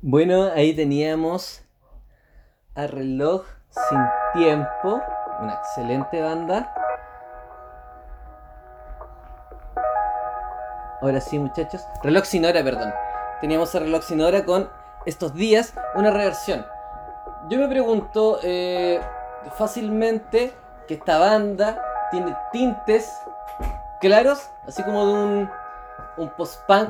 Bueno, ahí teníamos a Reloj Sin Tiempo, una excelente banda. Ahora sí, muchachos. Reloj Sin Hora, perdón. Teníamos a Reloj Sin Hora con Estos Días, una reversión. Yo me pregunto fácilmente que esta banda tiene tintes claros, así como de un post-punk,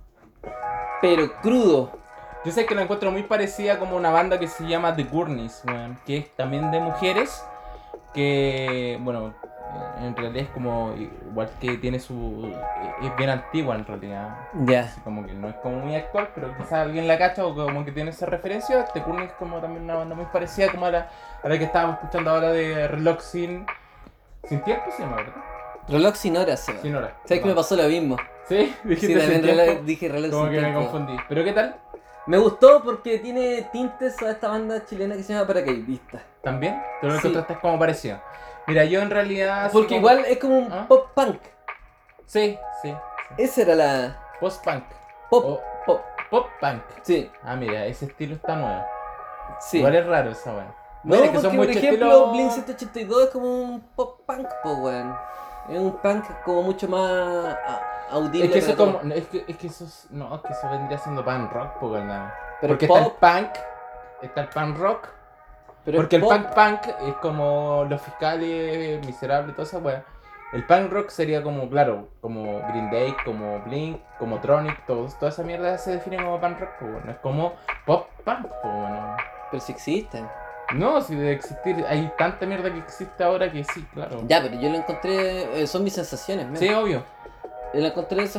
pero crudo. Yo sé que la encuentro muy parecida como una banda que se llama The Gurneys, weón, que es también de mujeres, que, bueno, en realidad es como, igual que tiene su... es bien antigua en realidad. Ya. Así como que no es como muy actual, pero quizás alguien la cacha o como que tiene esa referencia. The Gurneys es como también una banda muy parecida como a la que estábamos escuchando ahora de Reloj Sin Tiempo, se llama, ¿verdad? Reloj Sin Hora, Seba. Sin Hora. ¿Sabes que me pasó lo mismo? ¿Sí? Dijiste Sí, también Sin Tiempo. dije Reloj Como Sin que me Tiempo. confundí. ¿Pero qué tal? Me gustó porque tiene tintes a esta banda chilena que se llama Paracaidista. ¿También? ¿Tú lo Sí. encontraste como parecido? Mira, yo en realidad... así Porque como- igual es como un ¿Ah? pop punk. Sí, sí. Esa era la Post-punk. pop O pop. pop-punk. Sí, Ah, mira, ese estilo está nuevo. sí. Igual es raro esa weá. No, Mira, que porque son por muchos ejemplo estilos... Blink 182 es como un pop punk, po weón. Es un punk como mucho más audible Es que eso es para como... todos. Es que eso... No, es que eso vendría siendo punk rock, nada. Pero Porque pop, está el punk, está el punk rock. pero Porque es el pop. punk es como Los Fiscales, Miserables, toda esa weá. El punk rock sería como, claro, como Green Day, como Blink, como Tronic, toda esa mierda se define como punk rock, pues bueno, es como pop punk, pues bueno. Pero sí existen. No, si debe existir, hay tanta mierda que existe ahora que sí, claro. Ya, pero yo lo encontré, son mis sensaciones, man. Sí, obvio. Lo encontré de esa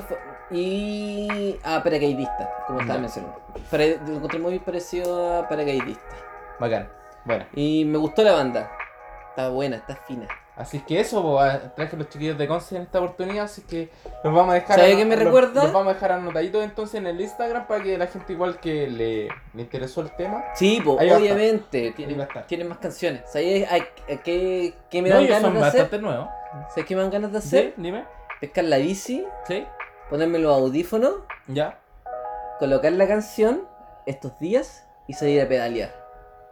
y Paracaidista, como estaba Ya. mencionando. Lo encontré muy parecido a Paracaidista. Bacán. Bueno, Y me gustó la banda. Está buena, está fina. así que eso, pues, traje a los chiquillos de Conce en esta oportunidad, así que los vamos a dejar... ¿Sabe qué me recuerda? Los vamos a dejar anotaditos entonces en el Instagram para que la gente igual que le interesó el tema. Sí, pues, Ahí va a estar. obviamente. Ahí va a estar. Tienen más canciones. ¿Sabes qué me No, dan ellos ganas son de hacer? bastante nuevos. ¿Sabes qué me dan ganas de ¿Sí? hacer? Dime. Pescar la bici, ¿Sí? ponerme los audífonos, ¿Ya? colocar la canción estos días y salir a pedalear.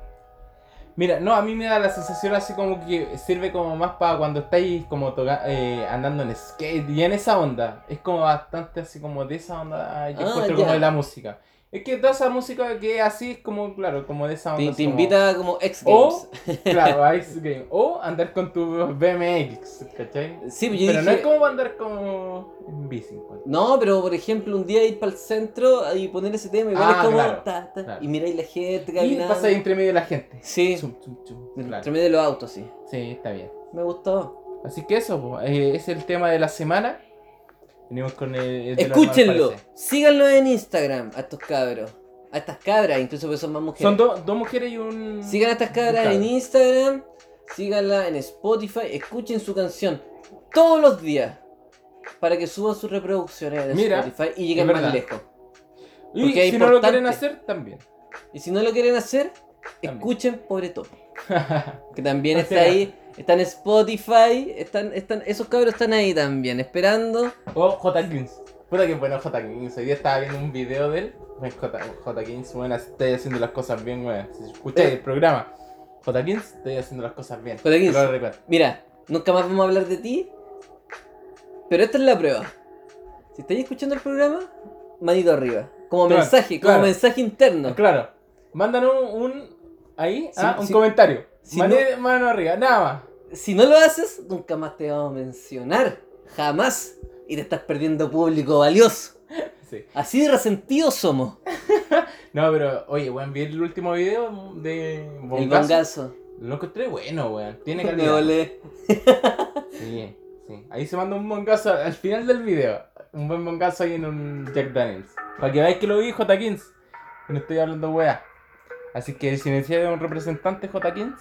Mira, no, a mí me da la sensación así como que sirve como más para cuando estáis como andando en skate y en esa onda. Es como bastante así como de esa onda, yo encuentro ya. como de la música. Es que toda esa música que así es como, claro, como de esa onda. Te así como- invita como X O, Games. claro, a X Game. O andar con tu BMX, ¿cachai? Sí, pues yo Pero no dije- es como andar como en bici. pues. No, pero por ejemplo, un día ir para el centro y poner ese tema, igual es como claro, claro. claro. Y miráis la gente Y caminando. pasa ahí entre medio de la gente. Sí, Chum, chum, chum. Claro. entre medio de los autos, sí. Sí, está bien. Me gustó. Así que eso, pues, es el tema de la semana. Venimos con el de los Escúchenlo, hermanos Parece. síganlo en Instagram a estos cabros. A estas cabras, incluso porque son más mujeres. Son dos mujeres y un... Sigan a estas cabras un cabro. en Instagram, síganla en Spotify, escuchen su canción todos los días para que suban sus reproducciones en Mira, Spotify y lleguen es más verdad. lejos. Y porque es si no lo importante. quieren hacer, también. Y si no lo quieren hacer, También. escuchen Pobre Topo, que también O está sea, ahí, está en Spotify, esos cabros están ahí también, esperando. O J. Kings. Puta que bueno J. Kings. Hoy día estaba viendo un video de él. Pues J. Kings, bueno, estoy haciendo las cosas bien, weón. Si escucháis el programa, J. Kings, estoy haciendo las cosas bien. J. Kings. Te lo recuerdo. Mira, nunca más vamos a hablar de ti, pero esta es la prueba. Si estáis escuchando el programa, manito arriba. Como Claro, mensaje, como claro. mensaje interno. Claro. Mándanos ahí, Sí, un sí. comentario. Si Mano arriba, nada más. Si no lo haces, nunca más te vamos a mencionar. Jamás. Y te estás perdiendo público valioso. Sí. Así de resentidos somos. No, pero, oye, weón, vi el último video de El Bongazo. bongazo. Lo encontré bueno, weón. Tiene Me calidad. volé. Sí, sí. Ahí se manda un bongazo al final del video. Un buen bongazo ahí en un Jack Daniels. Para que veáis que lo vi J. Kings. Que no estoy hablando weá. Así que si necesitas un representante J. Kings,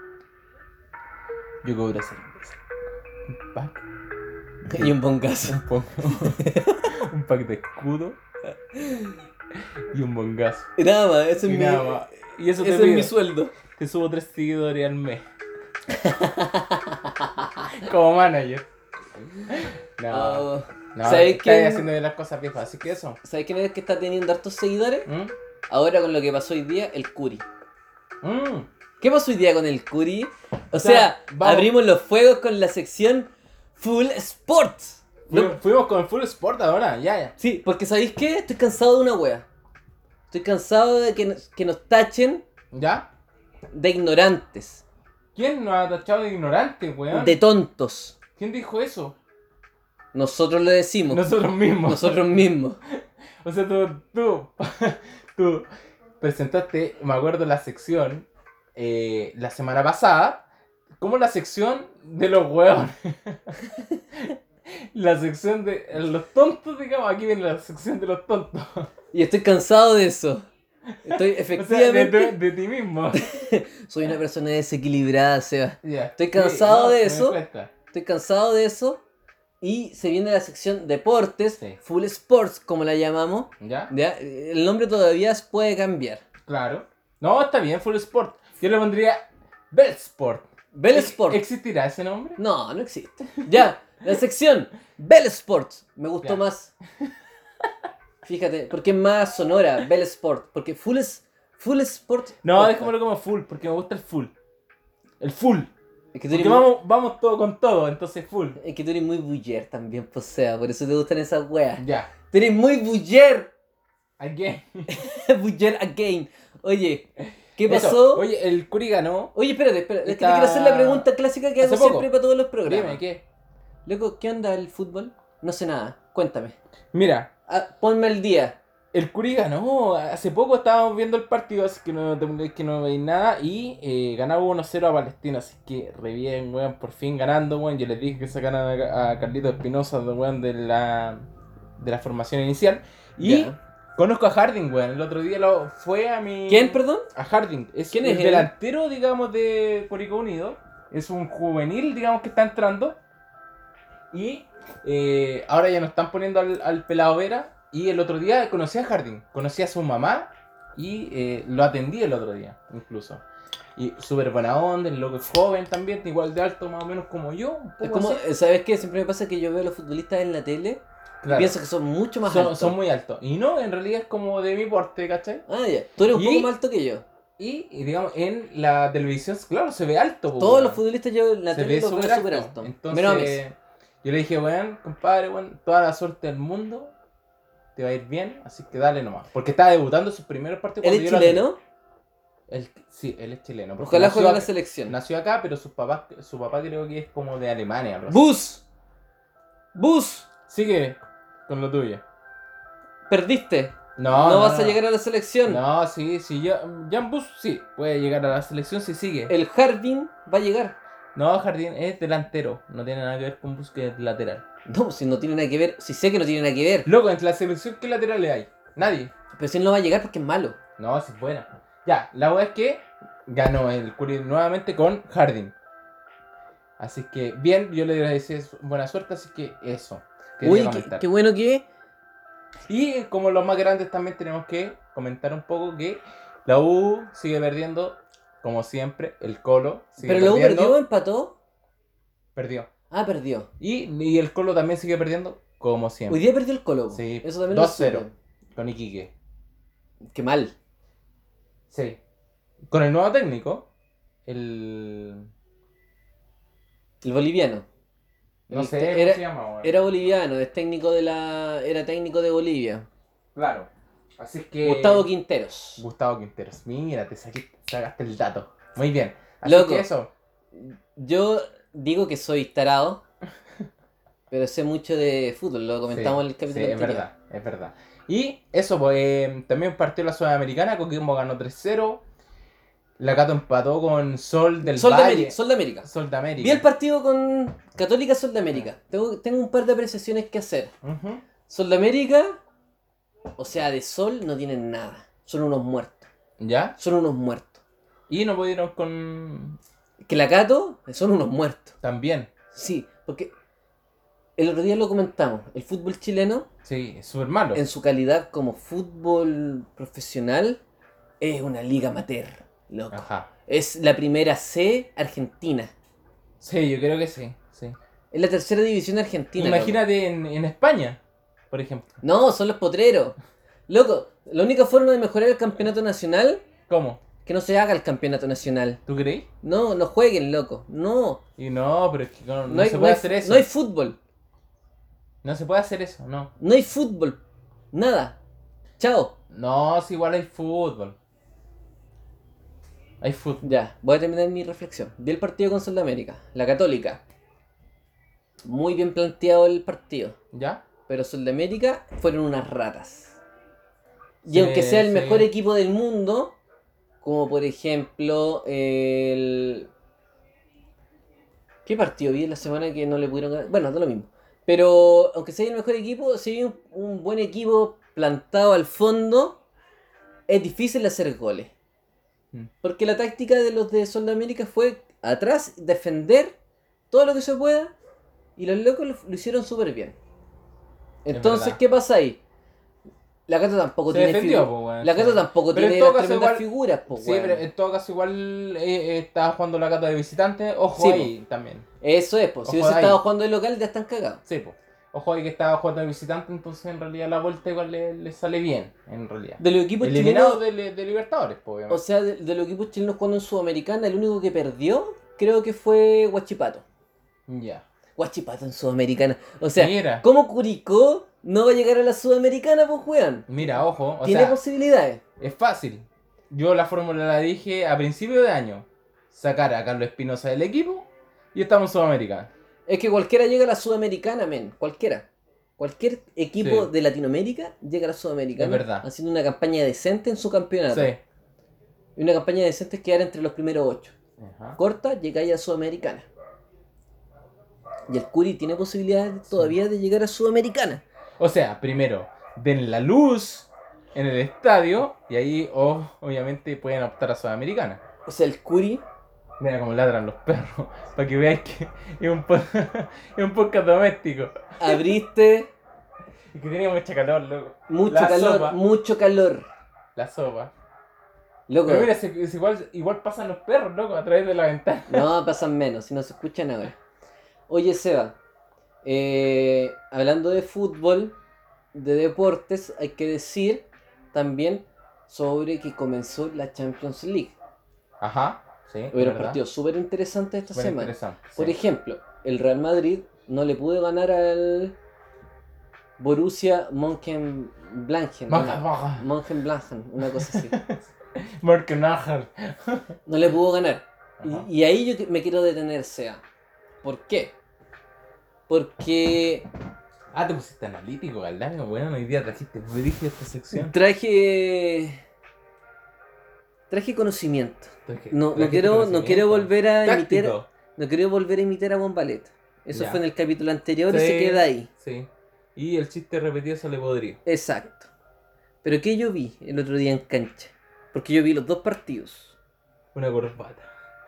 yo cobro cerveza. Un pack. Y un bongazo. Un pack de escudo. Y un bongazo. Y nada más, ese Y es mi, nada más. Y eso te ese es mi pido. sueldo. Te subo 3 seguidores al mes. Como manager. No, Oh, no, ¿sabes estáis quién? haciendo bien las cosas viejas, así que eso. ¿Sabes quién es el que está teniendo hartos seguidores? ¿Mm? ahora con lo que pasó hoy día, el Curi. Mm. ¿Qué pasó hoy día con el Curi? O sea, sea, vamos. abrimos los fuegos con la sección Full Sports. Fuimos con el full sport ahora, ya. Sí, porque ¿sabéis qué? Estoy cansado de una wea. Estoy cansado de que nos tachen ¿Ya? de ignorantes, ¿Quién nos ha tachado de ignorantes, weón? de tontos. ¿Quién dijo eso? Nosotros lo decimos. Nosotros mismos. Nosotros mismos. O sea, tú presentaste, me acuerdo, la sección la semana pasada, como la sección de los hueones. La sección de los tontos, digamos, aquí viene la sección de los tontos. Y estoy cansado de eso. Estoy O sea, efectivamente... de ti mismo. Soy una persona desequilibrada, Seba. Ya. Estoy cansado de se me eso. cuenta. Estoy cansado de eso. Y se viene la sección deportes, Sí. Full Sports, como la llamamos. ¿Ya? ¿Ya? El nombre todavía puede cambiar. Claro. No, está bien, full sport. Yo le pondría Bell Sport. Bell Sport. ¿Existirá ese nombre? No, no existe. Ya, la sección Bell Sports. Me gustó Ya. más. Fíjate, porque es más sonora, Bell Sport. Porque Full Sport. No, déjamelo como full, porque me gusta el full. El full. Es que tú Porque eres, muy, vamos todo con todo, entonces full. es que tú eres muy buller también, pues sea, por eso te gustan esas weas. Ya. Tú eres muy buller. Again. Buller again. Oye, ¿qué Eso. pasó? Oye, el Curi ganó. Oye, espérate, es que te Está- quiero hacer la pregunta clásica que hago Hace poco. siempre para todos los programas. Dime, ¿qué? Loco, ¿qué onda el fútbol? No sé nada, cuéntame. Mira, Ponme al día. el Curi ganó. Hace poco estábamos viendo el partido, así que no veis nada. Y ganaba 1-0 a Palestina. Así que re bien, weón. Por fin ganando, weón. Yo les dije que sacaran a Carlitos Espinosa, weón, de la formación inicial. Y Ya. conozco a Harding, weón. El otro día fue a mi. ¿Quién, perdón? A Harding. ¿Quién el es él? delantero, digamos, de Curicó Unido. Es un juvenil, digamos, que está entrando. Y ahora ya nos están poniendo al pelado Vera. Y el otro día conocí a Harding. Conocí a su mamá. Y lo atendí el otro día, incluso. Y súper buena onda, el loco es joven también, igual de alto más o menos como yo. Un poco Es como, así. ¿sabes qué? Siempre me pasa que yo veo a los futbolistas en la tele y Claro. pienso que son mucho más son, altos. son muy altos. Y no, en realidad es como de mi porte, ¿cachai? Ah, ya. Tú eres un Y- poco más alto que yo. Y, digamos, en la televisión, claro, se ve alto. po, Todos weón. los futbolistas yo en la Se tele ve los veo súper súper alto. altos. Entonces, Menos a Messi. yo le dije, weón, compadre, weón, toda la suerte del mundo. Te va a ir bien, así que dale nomás. Porque estaba debutando sus primeros partidos. ¿Él es cuando yo lo chileno? sí, él es chileno. porque Ojalá nació juegue en la acá- selección. Nació acá, pero su papá creo que es como de Alemania. Algo así. ¡Bus! ¡Bus! Sigue con lo tuyo. Perdiste. No, No vas a llegar a la selección. No, sí, Jan Bus sí, puede llegar a la selección si sigue. El Harding va a llegar. No, Jardín es delantero, no tiene nada que ver con Bus, que es lateral. No, si no tiene nada que ver. Si sé que no tiene nada que ver. Loco, entre la selección, ¿qué laterales hay? Nadie. Pero si él no va a llegar porque es malo. No, sí es buena. Ya, la verdad es que ganó el Curry nuevamente con Harding. Así que bien, yo le agradecí buena suerte, así que eso. quería Uy, comentar. qué bueno que. Y como los más grandes también tenemos que comentar un poco que la U sigue perdiendo, como siempre, el Colo sigue Pero luego perdiendo. perdió o empató. Perdió. Ah, perdió. Y el Colo también sigue perdiendo, como Hoy siempre. día perdió el Colo. Sí, Eso también lo 2-0 supe. con Iquique. Qué mal. Sí. Con el nuevo técnico, el... El boliviano. No El sé te- cómo era- se llama, weón. Era boliviano, es técnico de la. Era técnico de Bolivia. Claro. Así que... Gustavo Quinteros. Gustavo Quinteros. Mira, sacaste el dato. Muy bien. Así Loco. que eso. Yo digo que soy tarado, pero sé mucho de fútbol, lo comentamos en el capítulo Sí, es anterior. verdad, es verdad. Y eso, pues también partió la Sudamericana, Coquimbo ganó 3-0. La Cato empató con Sol del Sol de Valle. América. Sol de América. Sol de América. Vi el partido con Católica Sol de América. Tengo un par de apreciaciones que hacer. Ujú. Sol de América, o sea, de Sol no tienen nada. Son unos muertos. ¿Ya? Son unos muertos. Y no pudieron con... Que la Cato son unos muertos. También. Sí, porque el otro día lo comentamos. El fútbol chileno, Sí, es súper malo. en su calidad como fútbol profesional, es una liga amateur, loco. Ajá. Es la primera C argentina. Sí, yo creo que sí. Sí. Es la tercera división argentina. Imagínate en España, por ejemplo. loco. No, son los potreros. Loco, la única forma de mejorar el campeonato nacional, ¿Cómo? que no se haga el campeonato nacional. ¿Tú crees? No, no jueguen, loco. No. Y no, pero es que no, No hay, se no puede hay- hacer eso. no hay fútbol. No se puede hacer eso, no. No hay fútbol. Nada. Chao. No, si igual hay fútbol. Hay fútbol. Ya, voy a terminar mi reflexión. Vi el partido con Sudamérica, la Católica. Muy bien planteado el partido. ¿Ya? Pero Sudamérica fueron unas ratas. Y Sí, aunque sea el sí. mejor equipo del mundo, como por ejemplo el... ¿Qué partido vi en la semana que no le pudieron ganar? Bueno, da lo mismo. Pero aunque sea el mejor equipo, si hay un buen equipo plantado al fondo, es difícil hacer goles. Mm. Porque la táctica de los de Sudamérica fue atrás, defender todo lo que se pueda, y los locos lo hicieron súper bien. Entonces, verdad. ¿qué pasa ahí? La Cato tampoco Se tiene defendió, figu- po, weón, La Cato sí. tampoco Pero en tiene todo las caso tremendas igual- figuras, po, Sí, weón. pero en todo caso igual estaba jugando la Cata de visitante. Ojo Sí, ahí también. Eso es, pues. Si Ojo hubiese ahí. estado jugando de local, ya están cagados. Sí, pues. Ojo ahí que estaba jugando de visitante, entonces en realidad la vuelta igual le sale bien, en realidad. De los equipos Eliminado chilenos, de Libertadores, pues, obviamente. o sea, de los equipos chilenos jugando en Sudamericana, el único que perdió, creo que fue Huachipato. Ya. Huachipato en Sudamericana. O sea, Mira. ¿cómo Curicó no va a llegar a la Sudamericana, pues, weón? Mira, ojo, o Tiene sea, posibilidades. es fácil. Yo la fórmula la dije a principio de año. Sacar a Carlos Espinosa del equipo y estamos en Sudamericana. Es que cualquiera llega a la Sudamericana, men. Cualquiera. Cualquier equipo Sí. de Latinoamérica llega a la Sudamericana Es verdad. haciendo una campaña decente en su campeonato. Sí. Y una campaña decente es quedar entre los primeros 8. Ajá. Corta, llegáis a Sudamericana. Y el Curi tiene posibilidades todavía de llegar a Sudamericana. O sea, primero, den la luz en el estadio y ahí obviamente pueden optar a Sudamericana. O sea, el Curi, Mira cómo ladran los perros, para que veáis que es un, es un podcast doméstico. abriste Y que tenía mucha calor, loco. mucho La calor, sopa. mucho calor. La sopa. Loco, Pero mira, es igual pasan los perros, loco, a través de la ventana. no pasan menos, si no se escuchan ahora. Oye, Seba, hablando de fútbol, de deportes, hay que decir también sobre que comenzó la Champions League. Ajá, sí. Hubieron ¿verdad? partidos súper interesantes esta Súper semana. interesante, sí. Por ejemplo, el Real Madrid no le pudo ganar al Borussia Mönchengladbach. Una cosa así. Mönchengladbach. No le pudo ganar. Ajá. Y ahí yo me quiero detener, Sea. ¿Por qué? Porque Ah, te pusiste analítico, Galdano. Bueno, hoy día trajiste muy rígido esta sección. traje conocimiento. No quiero volver a imitar. Táctico. No quiero volver a imitar a Bombalet. Eso Ya. fue en el capítulo anterior y Sí, se queda ahí. Sí. Y el chiste repetido se le podría. Exacto. Pero ¿qué yo vi el otro día en cancha? Porque yo vi los dos partidos. Una corbata.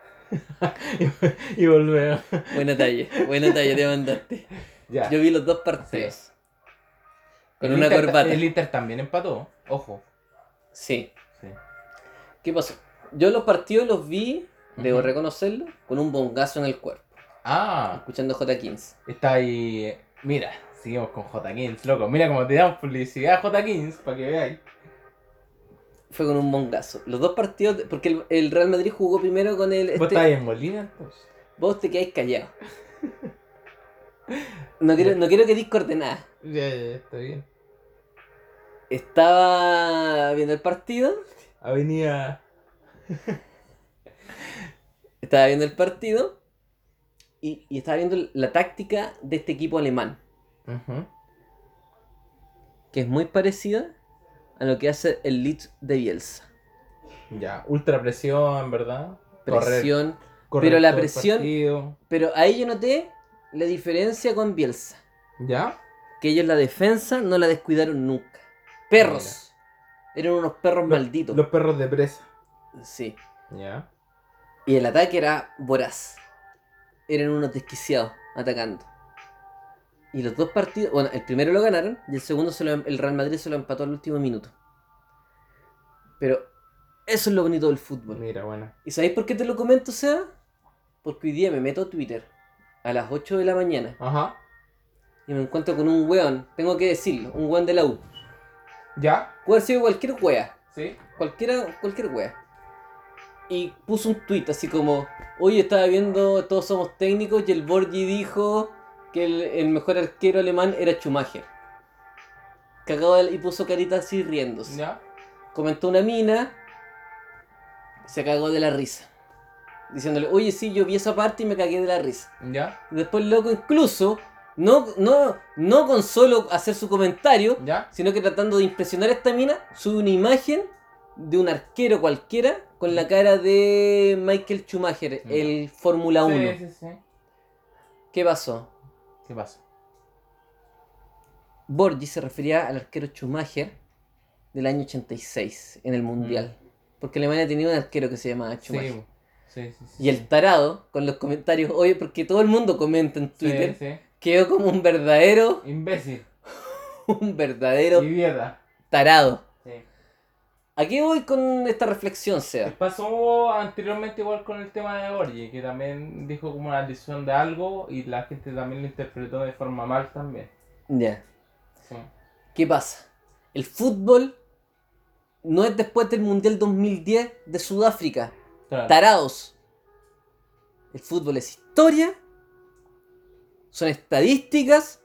y volvemos. Buena talla te mandaste. Ya. Yo vi los dos partidos. Con El una Inter- corbata. El Inter también empató. Ojo. Sí. Sí. ¿Qué pasó? Yo los partidos los vi, debo Ujú. reconocerlo, con un bongazo en el cuerpo. Ah, Escuchando J15. está ahí. Mira, seguimos con J15, loco. Mira cómo te damos publicidad a J15 para que veáis. Fue con un bongazo. Los dos partidos, porque el Real Madrid jugó primero con el... ¿Vos estáis en Molina entonces? Vos te quedáis callado. No quiero que discorde nada. Ya, está bien. Estaba viendo el partido. Avenida. Estaba viendo el partido. Y estaba viendo la táctica de este equipo alemán. Ujú. Que es muy parecida a lo que hace el Leeds de Bielsa. Ya, ultra presión, ¿verdad? Presión. Correr pero la todo el presión- partido. Pero ahí yo noté la diferencia con Bielsa. ¿Ya? Que ellos la defensa no la descuidaron nunca. Perros. Eran unos perros malditos. Los perros de presa. Sí. ¿Ya? Y el ataque era voraz. Eran unos desquiciados atacando. Y los dos partidos, bueno, el primero lo ganaron y el segundo el Real Madrid se lo empató al último minuto. Pero eso es lo bonito del fútbol. Mira, bueno. ¿Y sabéis por qué te lo comento, Seba? Porque hoy día me meto a Twitter a las 8 de la mañana Ajá. y me encuentro con un weón, tengo que decirlo, un weón de la U. ¿Ya? Puede haber sido cualquier wea. ¿Sí? Cualquier wea. Y puso un tweet así como: oye, estaba viendo Todos Somos Técnicos y el Borgi dijo que el mejor arquero alemán era Schumacher. Y puso carita así riéndose. ¿Ya? Comentó una mina, se cagó de la risa. Diciéndole: oye, sí, yo vi esa parte y me cagué de la risa. ¿Ya? Y después el loco incluso, no con solo hacer su comentario, ¿Ya? sino que tratando de impresionar a esta mina, sube una imagen de un arquero cualquiera con la cara de Michael Schumacher, el Fórmula 1. Sí. ¿Qué pasó? ¿Qué pasó? Borgi se refería al arquero Schumacher del año 86 en el Mundial. Porque Alemania tenía un arquero que se llamaba Schumacher. Sí. Y el tarado, con los comentarios, oye, porque todo el mundo comenta en Twitter, Sí. quedó como un verdadero Imbécil. Idiota. tarado. Sí. ¿A qué voy con esta reflexión, Seba? Pasó anteriormente igual con el tema de Borgi, que también dijo como una alusión de algo y la gente también lo interpretó de forma mal también. Ya. Sí. ¿Qué pasa? El fútbol no es después del Mundial 2010 de Sudáfrica. Claro. Tarados. El fútbol es historia, son estadísticas,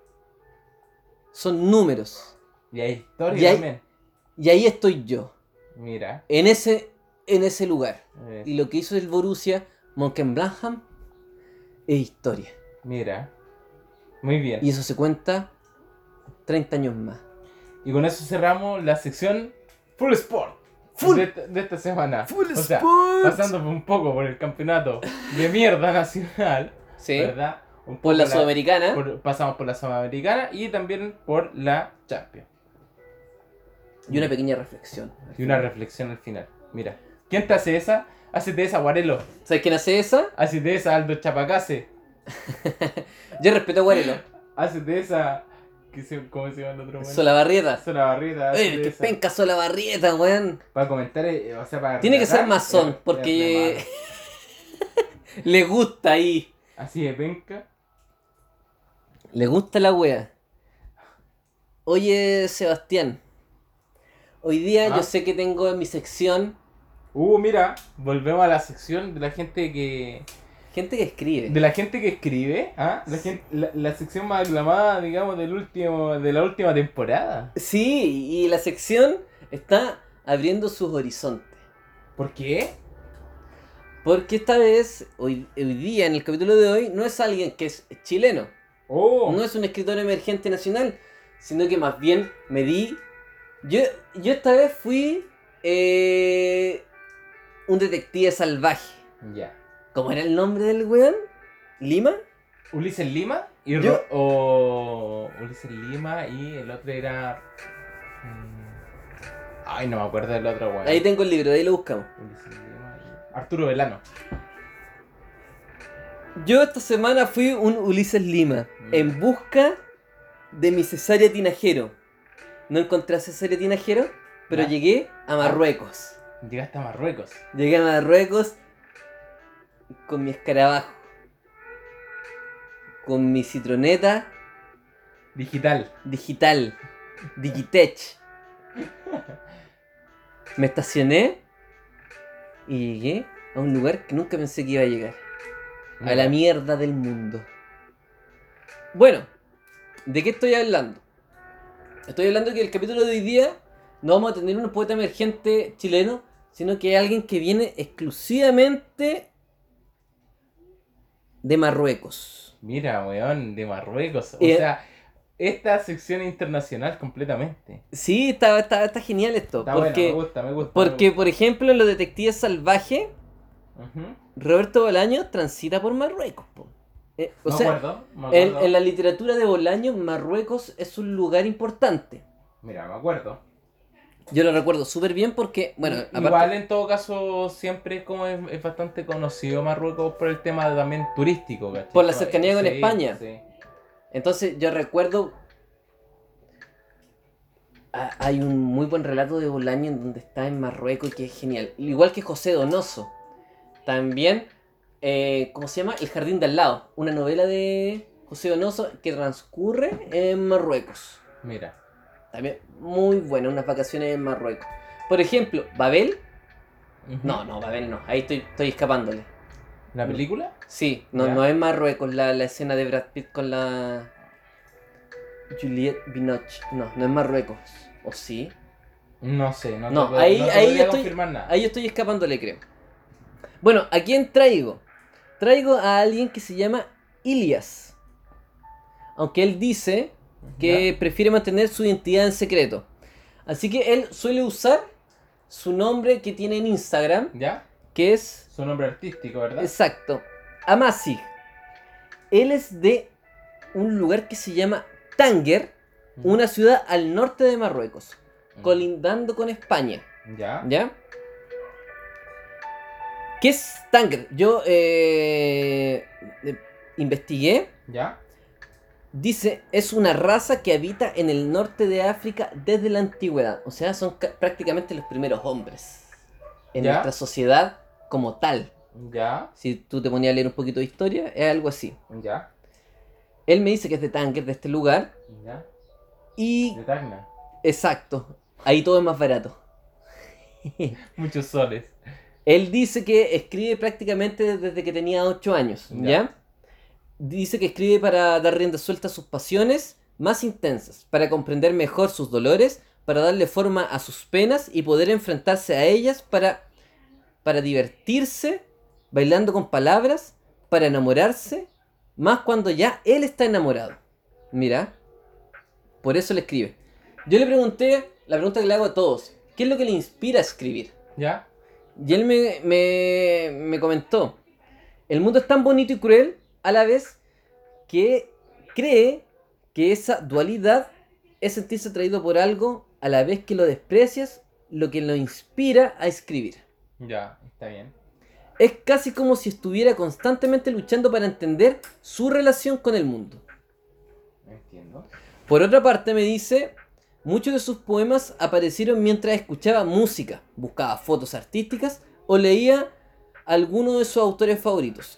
son números. Y hay historia Y ahí- también. Y ahí estoy yo, Mira. en ese lugar. Eh, Y lo que hizo el Borussia Mönchengladbach es historia. Mira. Muy bien. Y eso se cuenta 30 años más. Y con eso cerramos la sección Full Sport Full- de esta semana. Full o sea, Sport. pasando un poco por el campeonato de mierda nacional, ¿Sí? ¿verdad? Un Por la poco Sudamericana. pasamos por la Sudamericana y también por la Champions. Y una pequeña reflexión. Y una reflexión al final. Mira, ¿quién te hace esa? Hacete esa, Guarelo. ¿Sabes quién hace esa? Hacete esa, Aldo Chapacase. Yo respeto a Guarelo. Hacete esa. ¿Cómo se llama el otro? Solabarrieta. Barrieta. Oye, que penca Solabarrieta, weón. Para comentar, o sea, para. Tiene que ser relatar, masón, porque le gusta ahí. Así de penca. Le gusta la wea. Oye, Sebastián. Hoy día ¿Ah? yo sé que tengo en mi sección Mira, volvemos a la sección de la gente que. gente que escribe. De la gente que escribe, ¿ah? La sección más aclamada, digamos, de la última temporada. Sí, y la sección está abriendo sus horizontes. ¿Por qué? Porque esta vez, hoy día, en el capítulo de hoy, no es alguien que es chileno. No es un escritor emergente nacional, sino que más bien me di... Yo esta vez fui un detective salvaje. Ya. ¿Cómo era el nombre del weón? ¿Lima? Ulises Lima y Yo- Ulises Lima y el otro era. Ay, no me acuerdo del otro weón. Ahí tengo el libro, ahí lo buscamos. Ulises Lima y Arturo Velano. Yo esta semana fui un Ulises Lima en busca de mi cesárea tinajero. No encontré a cesárea tinajero, pero Ya. llegué a Marruecos. Llegaste a Marruecos. Llegué a Marruecos con mi escarabajo, con mi citroneta Digital. digital, Digitech. Me estacioné y llegué a un lugar que nunca pensé que iba a llegar. A la mierda del mundo. Bueno, ¿de qué estoy hablando? Estoy hablando que el capítulo de hoy día no vamos a tener un poeta emergente chileno, sino que hay alguien que viene exclusivamente de Marruecos. Mira, weón, de Marruecos. O Eh, sea, esta sección es internacional completamente. Sí, está genial esto. Está porque, bueno, me gusta. porque por ejemplo, en los detectives salvajes, Ujú. Roberto Bolaño transita por Marruecos. Po. Me acuerdo. acuerdo. En la literatura de Bolaño, Marruecos es un lugar importante. Mira, me acuerdo. Yo lo recuerdo súper bien porque, bueno, Igual en todo caso siempre como es bastante conocido Marruecos por el tema también turístico, ¿cachai? Por la cercanía con Sí, España. Sí. Entonces yo recuerdo... Hay un muy buen relato de Bolaño en donde está en Marruecos que es genial. Igual que José Donoso. También, ¿cómo se llama? El jardín de al lado. Una novela de José Donoso que transcurre en Marruecos. Mira. también muy buena, unas vacaciones en Marruecos. Por ejemplo, Babel. Ujú. No, Babel no. Ahí estoy escapándole. ¿La película? Sí, Ya. no es Marruecos la escena de Brad Pitt con la Juliette Binoche. No es Marruecos. ¿O sí? No sé, no No, te, ahí, no te ahí podría estoy, confirmar nada. ahí estoy escapándole, creo. Bueno, ¿a quién traigo? Traigo a alguien que se llama Ilias. Aunque él dice que ¿Ya? prefiere mantener su identidad en secreto. Así que él suele usar su nombre que tiene en Instagram, ¿Ya? que es, Su nombre artístico, ¿verdad? exacto, Amasig. Él es de un lugar que se llama Tánger, una ciudad al norte de Marruecos, colindando con España. ¿Ya? ¿Ya? ¿Qué es Tánger? Yo investigué. ¿Ya? Dice, es una raza que habita en el norte de África desde la antigüedad. O sea, son prácticamente los primeros hombres en ¿Ya? nuestra sociedad como tal. ¿Ya? Si tú te ponías a leer un poquito de historia, es algo así. ¿Ya? Él me dice que es de Tánger, de este lugar. ¿Ya? Y, De Tacna. exacto, ahí todo es más barato. Muchos soles. Él dice que escribe prácticamente desde que tenía 8 años, Ya. ¿ya? Dice que escribe para dar rienda suelta a sus pasiones más intensas, para comprender mejor sus dolores, para darle forma a sus penas y poder enfrentarse a ellas para divertirse, bailando con palabras, para enamorarse, más cuando ya él está enamorado. Mira, por eso le escribe. Yo le pregunté, la pregunta que le hago a todos, ¿qué es lo que le inspira a escribir? ¿Ya? Y él me comentó, el mundo es tan bonito y cruel a la vez que cree que esa dualidad es sentirse atraído por algo a la vez que lo desprecias, lo que lo inspira a escribir. Ya, está bien. Es casi como si estuviera constantemente luchando para entender su relación con el mundo. Entiendo. Por otra parte me dice, muchos de sus poemas aparecieron mientras escuchaba música, buscaba fotos artísticas o leía alguno de sus autores favoritos.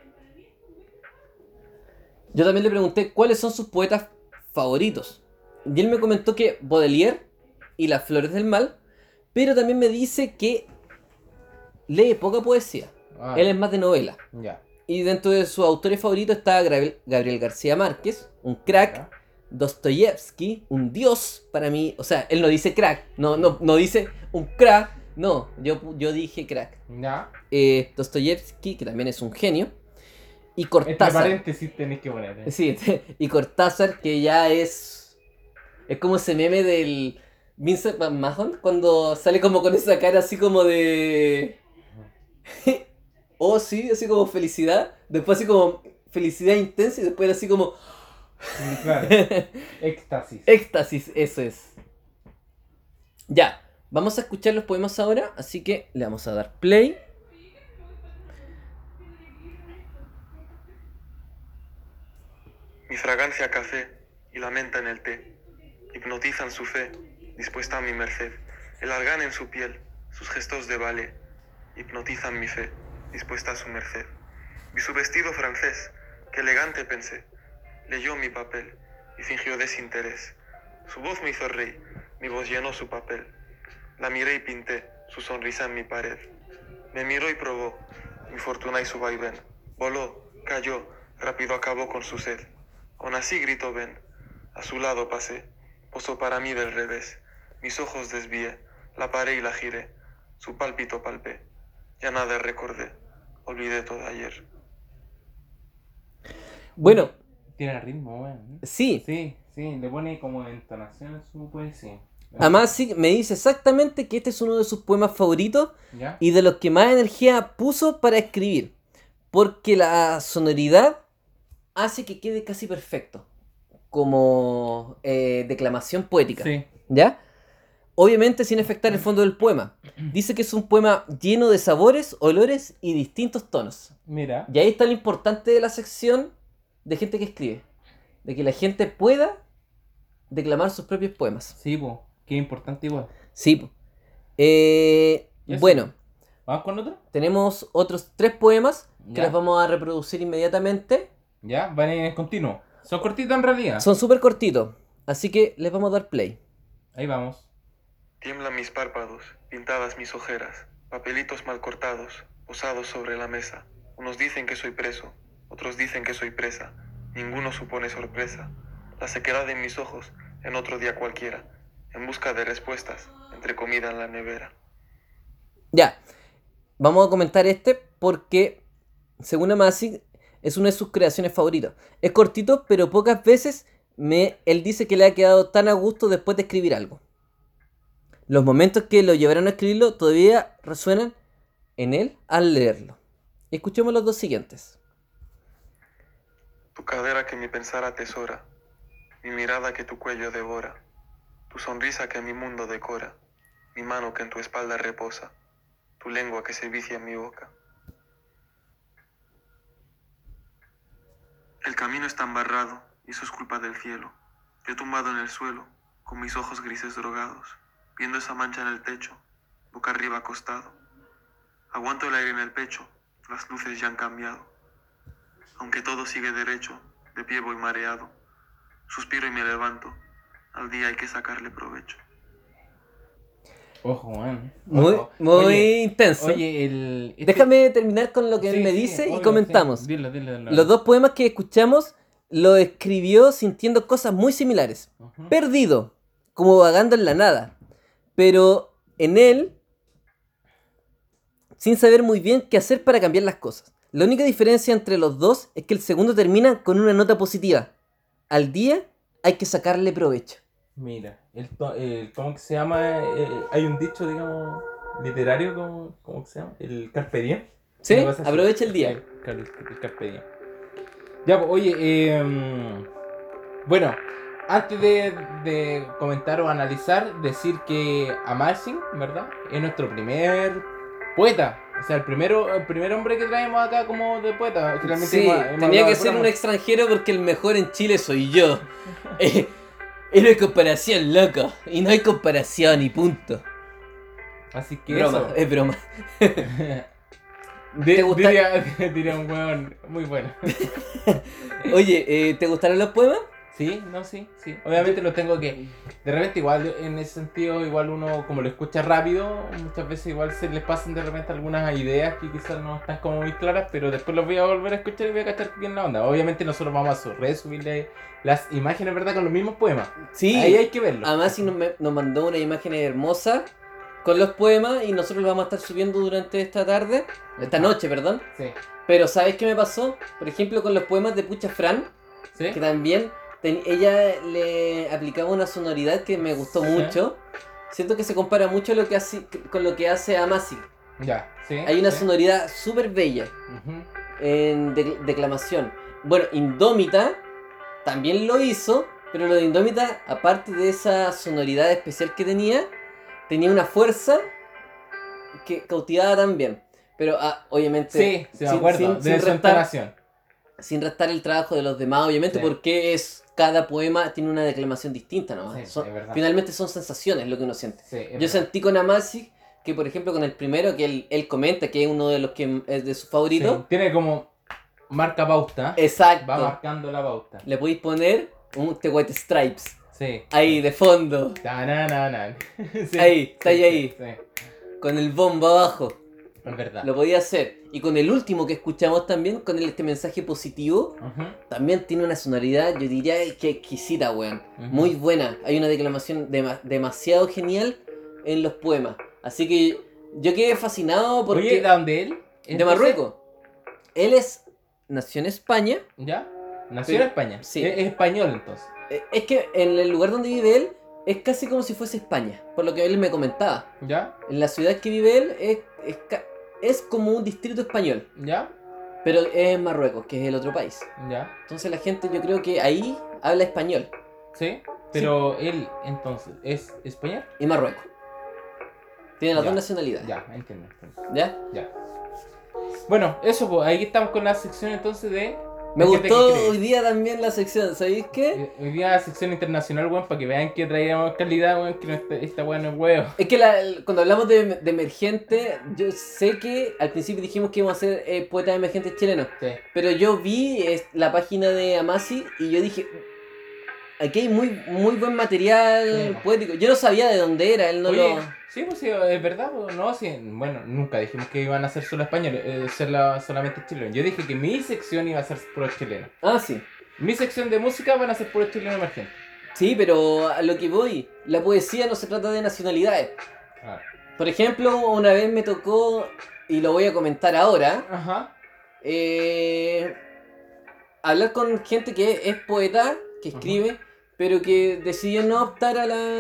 Yo también le pregunté cuáles son sus poetas favoritos. Y él me comentó que Baudelaire y Las Flores del Mal, pero también me dice que lee poca poesía. Ah, Él es más de novela. ya. Y dentro de sus autores favoritos está Gabriel García Márquez, un crack. Ya. Dostoyevsky, un dios para mí. O sea, él no dice crack, no dice un crack. No, yo dije crack. Ya. Dostoyevsky, que también es un genio. Y Entre Cortázar. paréntesis tenés que poner. Sí, y Cortázar, que ya es. Es como ese meme del Vincent Van Mahon, cuando sale como con esa cara así como de. Oh, sí, así como felicidad. Después así como felicidad intensa y después así como. Claro. Éxtasis. Éxtasis, eso es. Ya, vamos a escuchar los poemas ahora, así que le vamos a dar play. Mi fragancia café y la menta en el té hipnotizan su fe, dispuesta a mi merced. El argán en su piel, sus gestos de ballet, hipnotizan mi fe, dispuesta a su merced. Vi su vestido francés, que elegante pensé, leyó mi papel y fingió desinterés. Su voz me hizo rey, mi voz llenó su papel. La miré y pinté su sonrisa en mi pared. Me miró y probó mi fortuna y su vaivén. Voló, cayó, rápido acabó con su sed. Aún así gritó ven, a su lado pasé, posó para mí del revés. Mis ojos desvié, la paré y la giré, su pálpito palpé. Ya nada recordé, olvidé todo ayer. Bueno, Tiene ritmo, bueno. sí, Sí, le pone como entonación a su poesía. además sí, me dice exactamente que este es uno de sus poemas favoritos ¿Ya? y de los que más energía puso para escribir. Porque la sonoridad hace que quede casi perfecto. Como declamación poética. Sí. ¿Ya? Obviamente sin afectar el fondo del poema. Dice que es un poema lleno de sabores, olores y distintos tonos. Mira. Y ahí está lo importante de la sección de gente que escribe. De que la gente pueda declamar sus propios poemas. Sí, pues. Qué importante igual. Sí. Po. Eso. Bueno, ¿Vamos con otro? tenemos otros 3 poemas que Ya. los vamos a reproducir inmediatamente. Ya, van en continuo. Son cortitos en realidad. Son súper cortitos, así que les vamos a dar play. Ahí vamos. Tiemblan mis párpados, pintadas mis ojeras, papelitos mal cortados, posados sobre la mesa. Unos dicen que soy preso, otros dicen que soy presa. Ninguno supone sorpresa. La sequedad en mis ojos, en otro día cualquiera, en busca de respuestas, entre comida en la nevera. Ya, vamos a comentar este porque, según Amasi, es una de sus creaciones favoritas. Es cortito, pero pocas veces él dice que le ha quedado tan a gusto después de escribir algo. Los momentos que lo llevaron a escribirlo todavía resuenan en él al leerlo. Escuchemos los dos siguientes. Tu cadera que mi pensar atesora, mi mirada que tu cuello devora, tu sonrisa que mi mundo decora, mi mano que en tu espalda reposa, tu lengua que se vicia en mi boca. El camino está embarrado y eso es culpa del cielo. Yo tumbado en el suelo, con mis ojos grises drogados, viendo esa mancha en el techo, boca arriba acostado. Aguanto el aire en el pecho, las luces ya han cambiado. Aunque todo sigue derecho, de pie voy mareado. Suspiro y me levanto, al día hay que sacarle provecho. Ojo, man. Muy, Ojo. muy Oye, intenso. Oye, Déjame terminar con lo que Sí, él me sí, dice y obvio, comentamos. sí. Dilo. Los dos poemas que escuchamos lo escribió sintiendo cosas muy similares. Ujú. Perdido, como vagando en la nada. Pero en él, sin saber muy bien qué hacer para cambiar las cosas. La única diferencia entre los dos es que el segundo termina con una nota positiva. Al día hay que sacarle provecho. Mira, ¿cómo que se llama? Hay un dicho, digamos, literario, ¿cómo que se llama? El carpe diem. ¿Sí? Una cosa así. Aprovecha el día. El carpe diem. Ya, pues, oye, bueno, antes de comentar o analizar, decir que Amazing, ¿verdad? Es nuestro primer poeta. O sea, el primer hombre que traemos acá como de poeta. Finalmente Sí, hemos tenía hablado que de ser un pura- extranjero porque el mejor en Chile soy yo. Y no hay comparación, loco. Y no hay comparación y punto. Así que Broma, eso. es broma. ¿Te gusta- Diría un weón muy bueno. Oye, ¿te gustaron los poemas? Sí, no, sí. Obviamente lo tengo que... De repente igual, en ese sentido, igual uno como lo escucha rápido, muchas veces igual se les pasan de repente algunas ideas que quizás no están como muy claras, pero después los voy a volver a escuchar y voy a cachar bien la onda. Obviamente nosotros vamos a resubirle las imágenes, ¿verdad? Con los mismos poemas. Sí. Ahí hay que verlo. Además, sí nos mandó una imagen hermosa con los poemas y nosotros los vamos a estar subiendo durante esta tarde, esta noche, perdón. Sí. Pero ¿sabes qué me pasó? Por ejemplo, con los poemas de Pucha Fran, ¿Sí? que también ella le aplicaba una sonoridad que me gustó Sí. mucho. Siento que se compara mucho lo que con lo que hace Amasi. Ya, sí. Hay una sí. sonoridad súper bella Ujú. en declamación. Bueno, Indómita también lo hizo, pero lo de Indómita, aparte de esa sonoridad especial que tenía una fuerza que cautivaba también. Pero obviamente Sí, me acuerdo. De su entonación. sin restar el trabajo de los demás, obviamente, Sí. porque cada poema tiene una declamación distinta nomás. Sí, es verdad. Finalmente son sensaciones lo que uno siente. Sí, es Yo verdad. sentí con Amasi que, por ejemplo, con el primero, que él comenta que es uno de los que es de sus favoritos. Sí, tiene como marca pauta. Exacto. Va marcando la pauta. Le podéis poner un The White Stripes. Sí. Ahí, de fondo. Tanananan. Sí, Ahí, está ahí. Sí, Con el bombo abajo. es verdad. Lo podía hacer. Y con el último que escuchamos también, con este mensaje positivo, Ujú. también tiene una sonoridad, yo diría que exquisita, weón. Ujú. Muy buena. Hay una declamación demasiado genial en los poemas. Así que yo quedé fascinado porque... Oye, ¿de dónde él? de Entonces, Marruecos. Él nació en España. ¿Ya? Nació Pero- en España. sí. Es español entonces. Es que en el lugar donde vive él es casi como si fuese España, por lo que él me comentaba. ¿Ya? En la ciudad que vive él es como un distrito español, ¿Ya? pero es en Marruecos, que es el otro país. ¿Ya? Entonces la gente, yo creo que ahí habla español. ¿Sí? Pero él entonces es español. Y Marruecos. Tiene las Ya. dos nacionalidades. Ya, entiendo. ¿Ya? Ya. Bueno, eso pues, ahí estamos con la sección entonces de... Me de gente gustó que cree. hoy día también la sección, ¿sabéis qué? Hoy día sección internacional, weón, para que vean que traíamos calidad, weón, que no esta weón no es huevo. Es que cuando hablamos de emergente, yo sé que al principio dijimos que íbamos a ser poetas emergentes chilenos. Sí. Pero yo vi la página de Amasi y yo dije, aquí hay muy buen material Sí. poético. Yo no sabía de dónde era, él no Oye, lo... sí, pues sí, es verdad, pues, no, sí, bueno, nunca dijimos que iban a ser solo españoles, solamente chilenos. Yo dije que mi sección iba a ser puro chileno. Ah, sí. Mi sección de música van a ser puro chileno emergente. Sí, pero a lo que voy, la poesía no se trata de nacionalidades. Ah. Por ejemplo, una vez me tocó, y lo voy a comentar ahora, Ajá. hablar con gente que es poeta, que escribe, pero que decidió no optar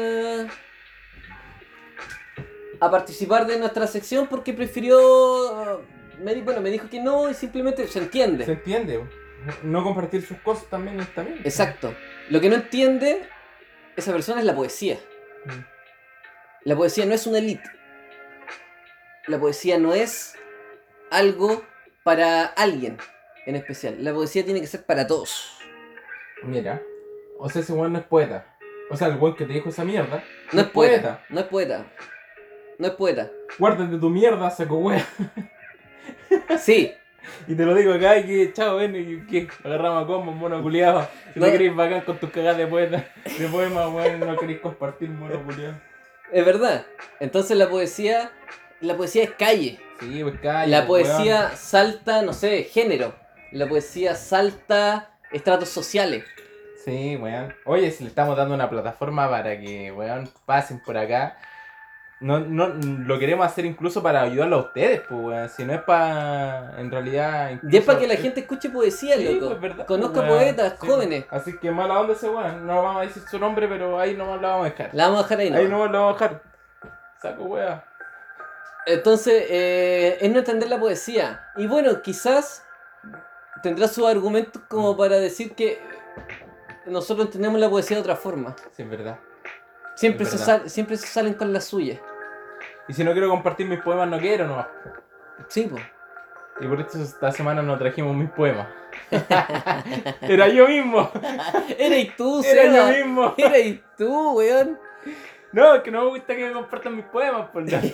a participar de nuestra sección porque prefirió... me dijo que no y simplemente se entiende. Se entiende. No compartir sus cosas también está bien. Exacto. Lo que no entiende esa persona es la poesía. Mm. La poesía no es una elite. La poesía no es algo para alguien en especial. La poesía tiene que ser para todos. Mira, o sea, ese weón no es poeta. O sea, el weón que te dijo esa mierda. No es poeta. No es poeta. No es poeta. Guárdate tu mierda, saco wea. Sí. Y te lo digo acá, y que chao, ven, y que agarramos a combo, mono culiado. Si no No. queréis bacán con tus cagadas de poeta, de poema, weón, no queréis compartir, mono culiado. Es verdad. Entonces la poesía es calle. Sí, pues calla. La poesía salta, no sé, género. La poesía salta estratos sociales. Sí, weón. Oye, si le estamos dando una plataforma para que, weón, pasen por acá. No, lo queremos hacer incluso para ayudarlo a ustedes, pues, weón. Si no es para, en realidad... Y es para que la gente escuche poesía, Sí, loco. pues, verdad, Conozca pues, weón. poetas Sí, jóvenes. así que mala onda ese weón. No vamos a decir su nombre, pero ahí nomás la vamos a dejar. La vamos a dejar ahí, ¿no? Ahí nomás la vamos a dejar. Saco weón. Entonces, es no entender la poesía. Y bueno, quizás tendrá sus argumentos como para decir que nosotros entendemos la poesía de otra forma. Sí, es verdad. Siempre, Es se, verdad. siempre se salen con la suya. Y si no quiero compartir mis poemas, no quiero nomás. Sí, pues. Y por eso esta semana no trajimos mis poemas. Era yo mismo. Eres tú, Era Seba. yo mismo. Eres tú, weón. No, es que no me gusta que me compartan mis poemas, por no.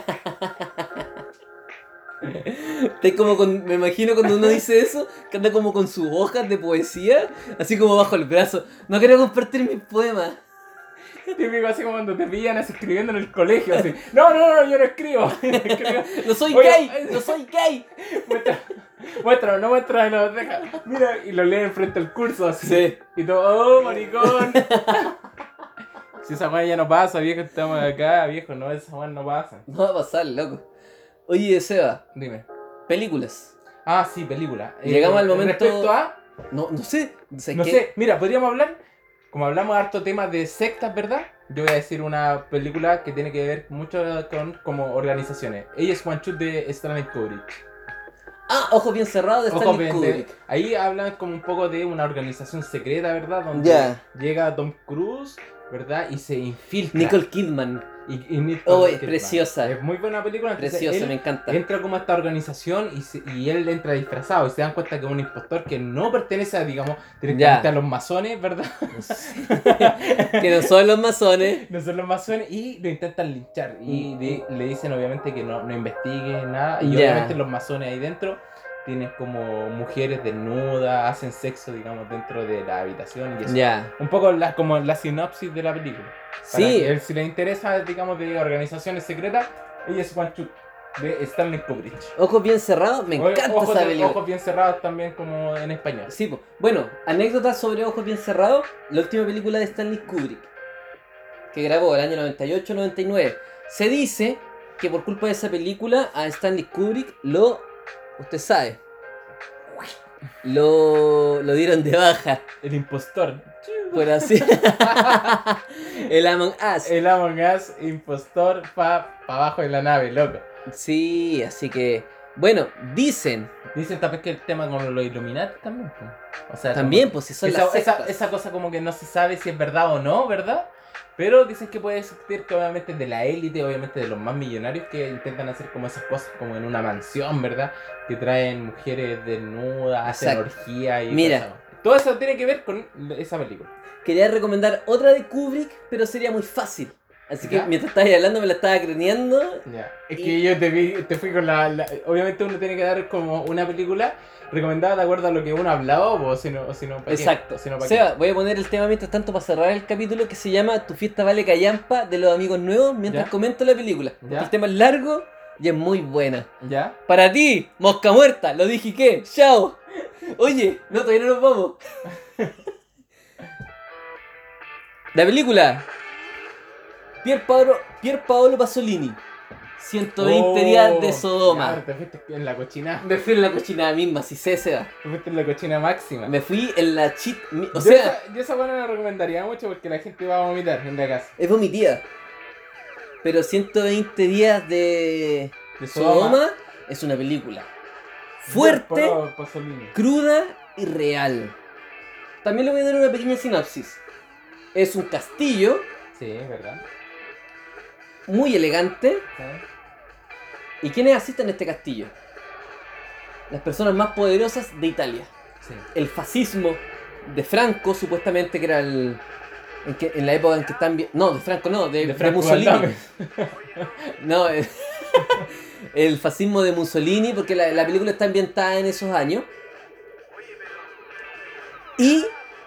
Estás como con, me imagino cuando uno dice eso, que anda como con sus hojas de poesía, así como bajo el brazo. No quiero compartir mis poemas. Típico así como cuando te pillan así escribiendo en el colegio, así. No, yo no escribo. No soy Oye, gay, no soy gay. Muéstralo, deja. Mira, y lo leen frente al curso, así. Sí. Y todo, oh, maricón. Si esa weá ya no pasa, viejo, estamos acá, viejo, no, esa weá no pasa. No va a pasar, loco. Oye, Seba, Dime. películas. Ah, sí, película. Llegamos al momento- Respecto a... No sé. ¿Sabes No qué? sé, mira, podríamos hablar, como hablamos de harto temas de sectas, ¿verdad? Yo voy a decir una película que tiene que ver mucho con como organizaciones. Ella es One Shoot de Stanley Kubrick. Ah, Ojos bien cerrados de Ojo, Stanley Kubrick. ahí hablan como un poco de una organización secreta, ¿verdad? Donde Ya. llega Tom Cruise, ¿verdad? Y se infiltra. Nicole Kidman. Y Nicole Oh, es Kidman. preciosa. Es muy buena película. entonces Preciosa, él me encanta. entra como a esta organización y él entra disfrazado y se dan cuenta que es un impostor que no pertenece a, digamos, directamente Ya. a los masones, ¿verdad? Que no son los masones. No son los masones y lo intentan linchar y le dicen obviamente que no investigue nada y Ya. obviamente los masones ahí dentro tienen como mujeres desnudas, hacen sexo, digamos, dentro de la habitación y eso. Ya. Un poco como la sinopsis de la película. Para Sí. que él, si le interesa, digamos, de organizaciones secretas, ella es One Shoot de Stanley Kubrick. Ojos bien cerrados, me encanta Ojos, esa película. ojos bien cerrados también como en español. Sí, po. Bueno, anécdotas sobre Ojos bien cerrados, la última película de Stanley Kubrick, que grabó el año 98-99. Se dice que por culpa de esa película a Stanley Kubrick usted sabe, lo dieron de baja, El impostor. por así. El Among Us. El Among Us, impostor, pa abajo de la nave, loco. Sí, así que, bueno, dicen, Dicen también que el tema con los Illuminati también. Pues. O sea, también, como- pues si son esa, las esa, sectas. esa cosa como que no se sabe si es verdad o no, ¿verdad? Pero dicen que puede existir que obviamente de la élite, obviamente de los más millonarios que intentan hacer como esas cosas como en una mansión, ¿verdad? Que traen mujeres desnudas, hacen Exacto. orgía y Mira. cosas. Todo eso tiene que ver con esa película. Quería recomendar otra de Kubrick, pero sería muy fácil. Así que ¿Ya? mientras estabas hablando me la estaba craneando. Ya. Es Y- que yo te fui con obviamente uno tiene que dar como una película recomendada de acuerdo a lo que uno ha hablado, o si no, ¿para qué? Exacto. Si no, ¿para Seba, voy a poner el tema mientras tanto para cerrar el capítulo que se llama Tu fiesta vale callampa de los amigos nuevos mientras ¿Ya? comento la película. Porque ¿Ya? el tema es largo y es muy buena. qué? ¿Ya? Para ti, mosca muerta, lo dije que, chao. Oye, no, todavía no nos vamos. La película Pier Paolo Pasolini, 120 días de Sodoma. Claro, te fuiste en la cochina. Me fui en la cochinada misma, si sé, Seba. Te fuiste en la cochina máxima. Me fui en la cheat. O Yo sea, yo esa buena no la recomendaría mucho porque la gente va a vomitar en la casa. es vomitida. Pero 120 días de De Sodoma es una película fuerte, Pasolini. cruda y real. También le voy a dar una pequeña sinopsis. Es un castillo Sí, es verdad. muy elegante. Sí. ¿Y quiénes asisten a este castillo? Las personas más poderosas de Italia. Sí. El fascismo de Franco, supuestamente que era en la época en que están bien. No, de Franco no, de Franco Mussolini. Galdame. No, el fascismo de Mussolini, porque la película está ambientada en esos años. Y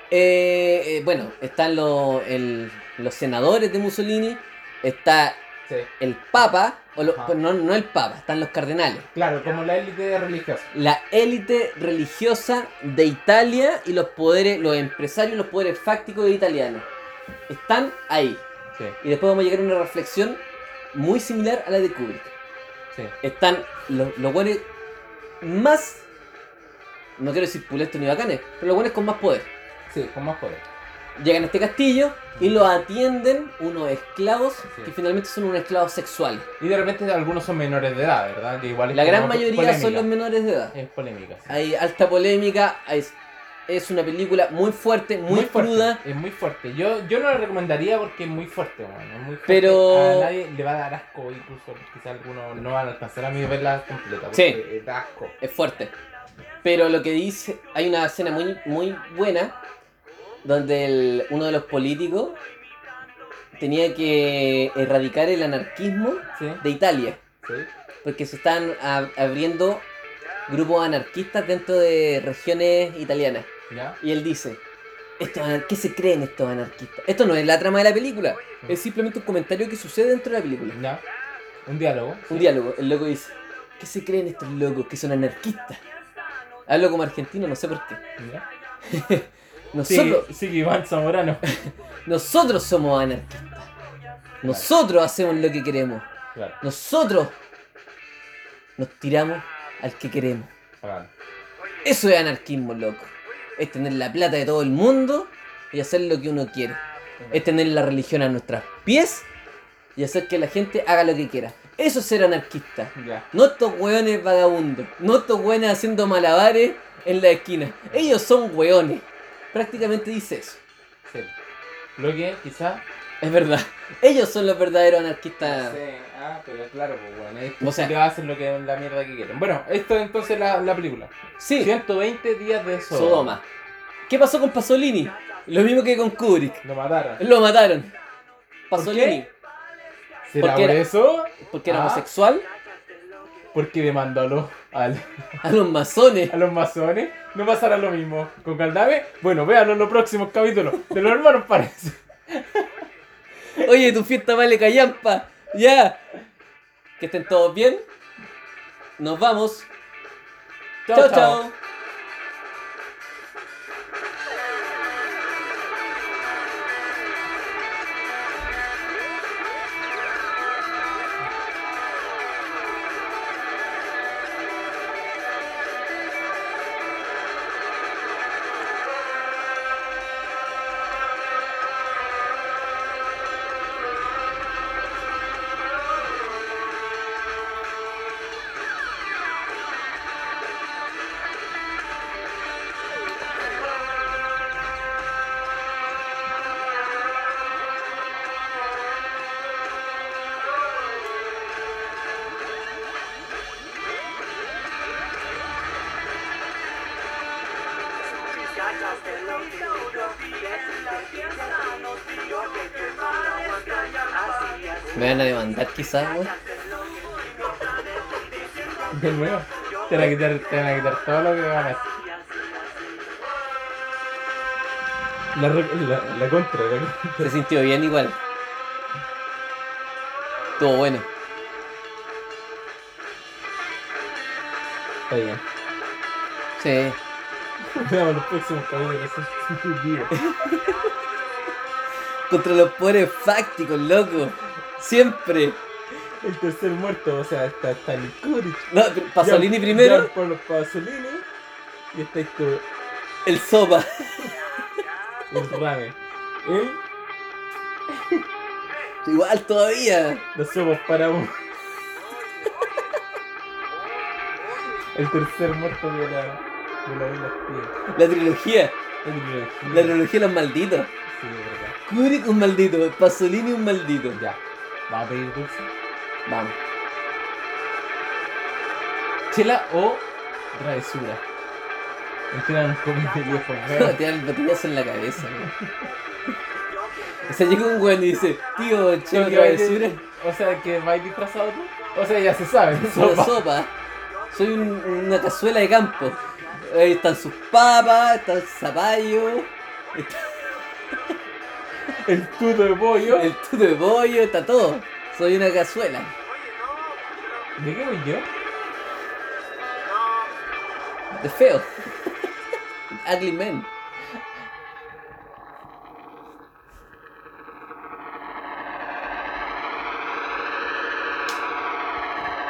bueno, están los senadores de Mussolini, está Sí. el Papa, Ajá. pues no el Papa, están los cardenales. Claro, como la élite religiosa. La élite religiosa de Italia y los empresarios y los poderes fácticos de italianos. Están ahí. Sí, Y después vamos a llegar a una reflexión muy similar a la de Kubrick. sí. Están los buenos más, no quiero decir pulentos ni bacanes, pero los buenos con más poder. Sí, con más poder. Llegan a este castillo y los atienden unos esclavos Sí. que finalmente son unos esclavos sexuales. Y de repente algunos son menores de edad, ¿verdad? Que igual es La como gran mayoría polémica. son los menores de edad. Es polémica. Sí. Hay alta polémica, es una película muy fuerte, muy fuerte, cruda. Es muy fuerte. Yo no la recomendaría porque es muy fuerte, bueno, es muy fuerte. Pero- A nadie le va a dar asco, incluso quizás algunos no van a alcanzar a mí verla completa. Porque da asco. Es fuerte. Pero lo que dice, hay una escena muy, muy buena donde uno de los políticos tenía que erradicar el anarquismo Sí, de Italia, sí. porque se están abriendo grupos anarquistas dentro de regiones italianas. ¿Ya? Y él dice, ¿qué se creen estos anarquistas? Esto no es la trama de la película, es simplemente un comentario que sucede dentro de la película. ¿Ya? Un diálogo. Un sí. diálogo, el loco dice, ¿qué se creen estos locos que son anarquistas? Hablo como argentino, no sé por qué. ¿Ya? Nosotros, Sí, Iván Zamorano. nosotros somos anarquistas. Nosotros hacemos lo que queremos. Claro, Nosotros nos tiramos al que queremos. claro. Eso es anarquismo, loco. Es tener la plata de todo el mundo y hacer lo que uno quiere. Es tener la religión a nuestros pies y hacer que la gente haga lo que quiera. Eso es ser anarquista. Ya. No estos hueones vagabundos. No estos hueones haciendo malabares en la esquina. Ellos son hueones. Prácticamente dice eso. Sí. Lo que quizás. Es verdad. Ellos son los verdaderos anarquistas. Pero claro, pues bueno, estos O sea- culiados hacen lo que la mierda que quieren. Bueno, esto es entonces la película. Sí, 120 días de Sodoma. Sodoma. ¿Qué pasó con Pasolini? Lo mismo que con Kubrick. Lo mataron. Lo mataron. ¿Por Pasolini. ¿Será porque por era- eso? Porque era Ah. homosexual. Porque demandó A los masones. a los masones. No pasará lo mismo con Galdame. Bueno, véanlo en los próximos capítulos de los hermanos parece. Oye, tu fiesta vale callampa. Ya. Que estén todos bien. Nos vamos. Chao, chao. Me van a demandar quizás, weón. De nuevo. Te van a quitar todo lo que ganas. La contra. Se sintió bien igual. Estuvo bueno. Está bien. Sí. Veamos los próximos capítulos. Contra los poderes fácticos, loco. Siempre. El tercer muerto, o sea, está el Kubrick. No, Pasolini primero. Por los Pasolini. Y estáis tú, El Sopa. el Rame. Él, Igual todavía. los somos para vos. El tercer muerto de la dinastía. La trilogía. La trilogía. La trilogía de los malditos. Sí, de verdad. Kubrick un maldito. Pasolini un maldito. Ya. ¿Vamos a pedir dulce? Vamos. ¿Chela o travesura? Mentira, nos comen de viejo. Te dan el botellazo en la cabeza, weón. O sea, llega un weón y dice, tío, che, travesura. O sea, que vais disfrazado tú. O sea, ya se sabe. Soy Sopa. sopa. Soy una cazuela de campo. Ahí están sus papas, está el zapallo, está El tuto de pollo. el tuto de pollo, está todo. Soy una cazuela. ¿De qué voy yo? De feo. Ugly man.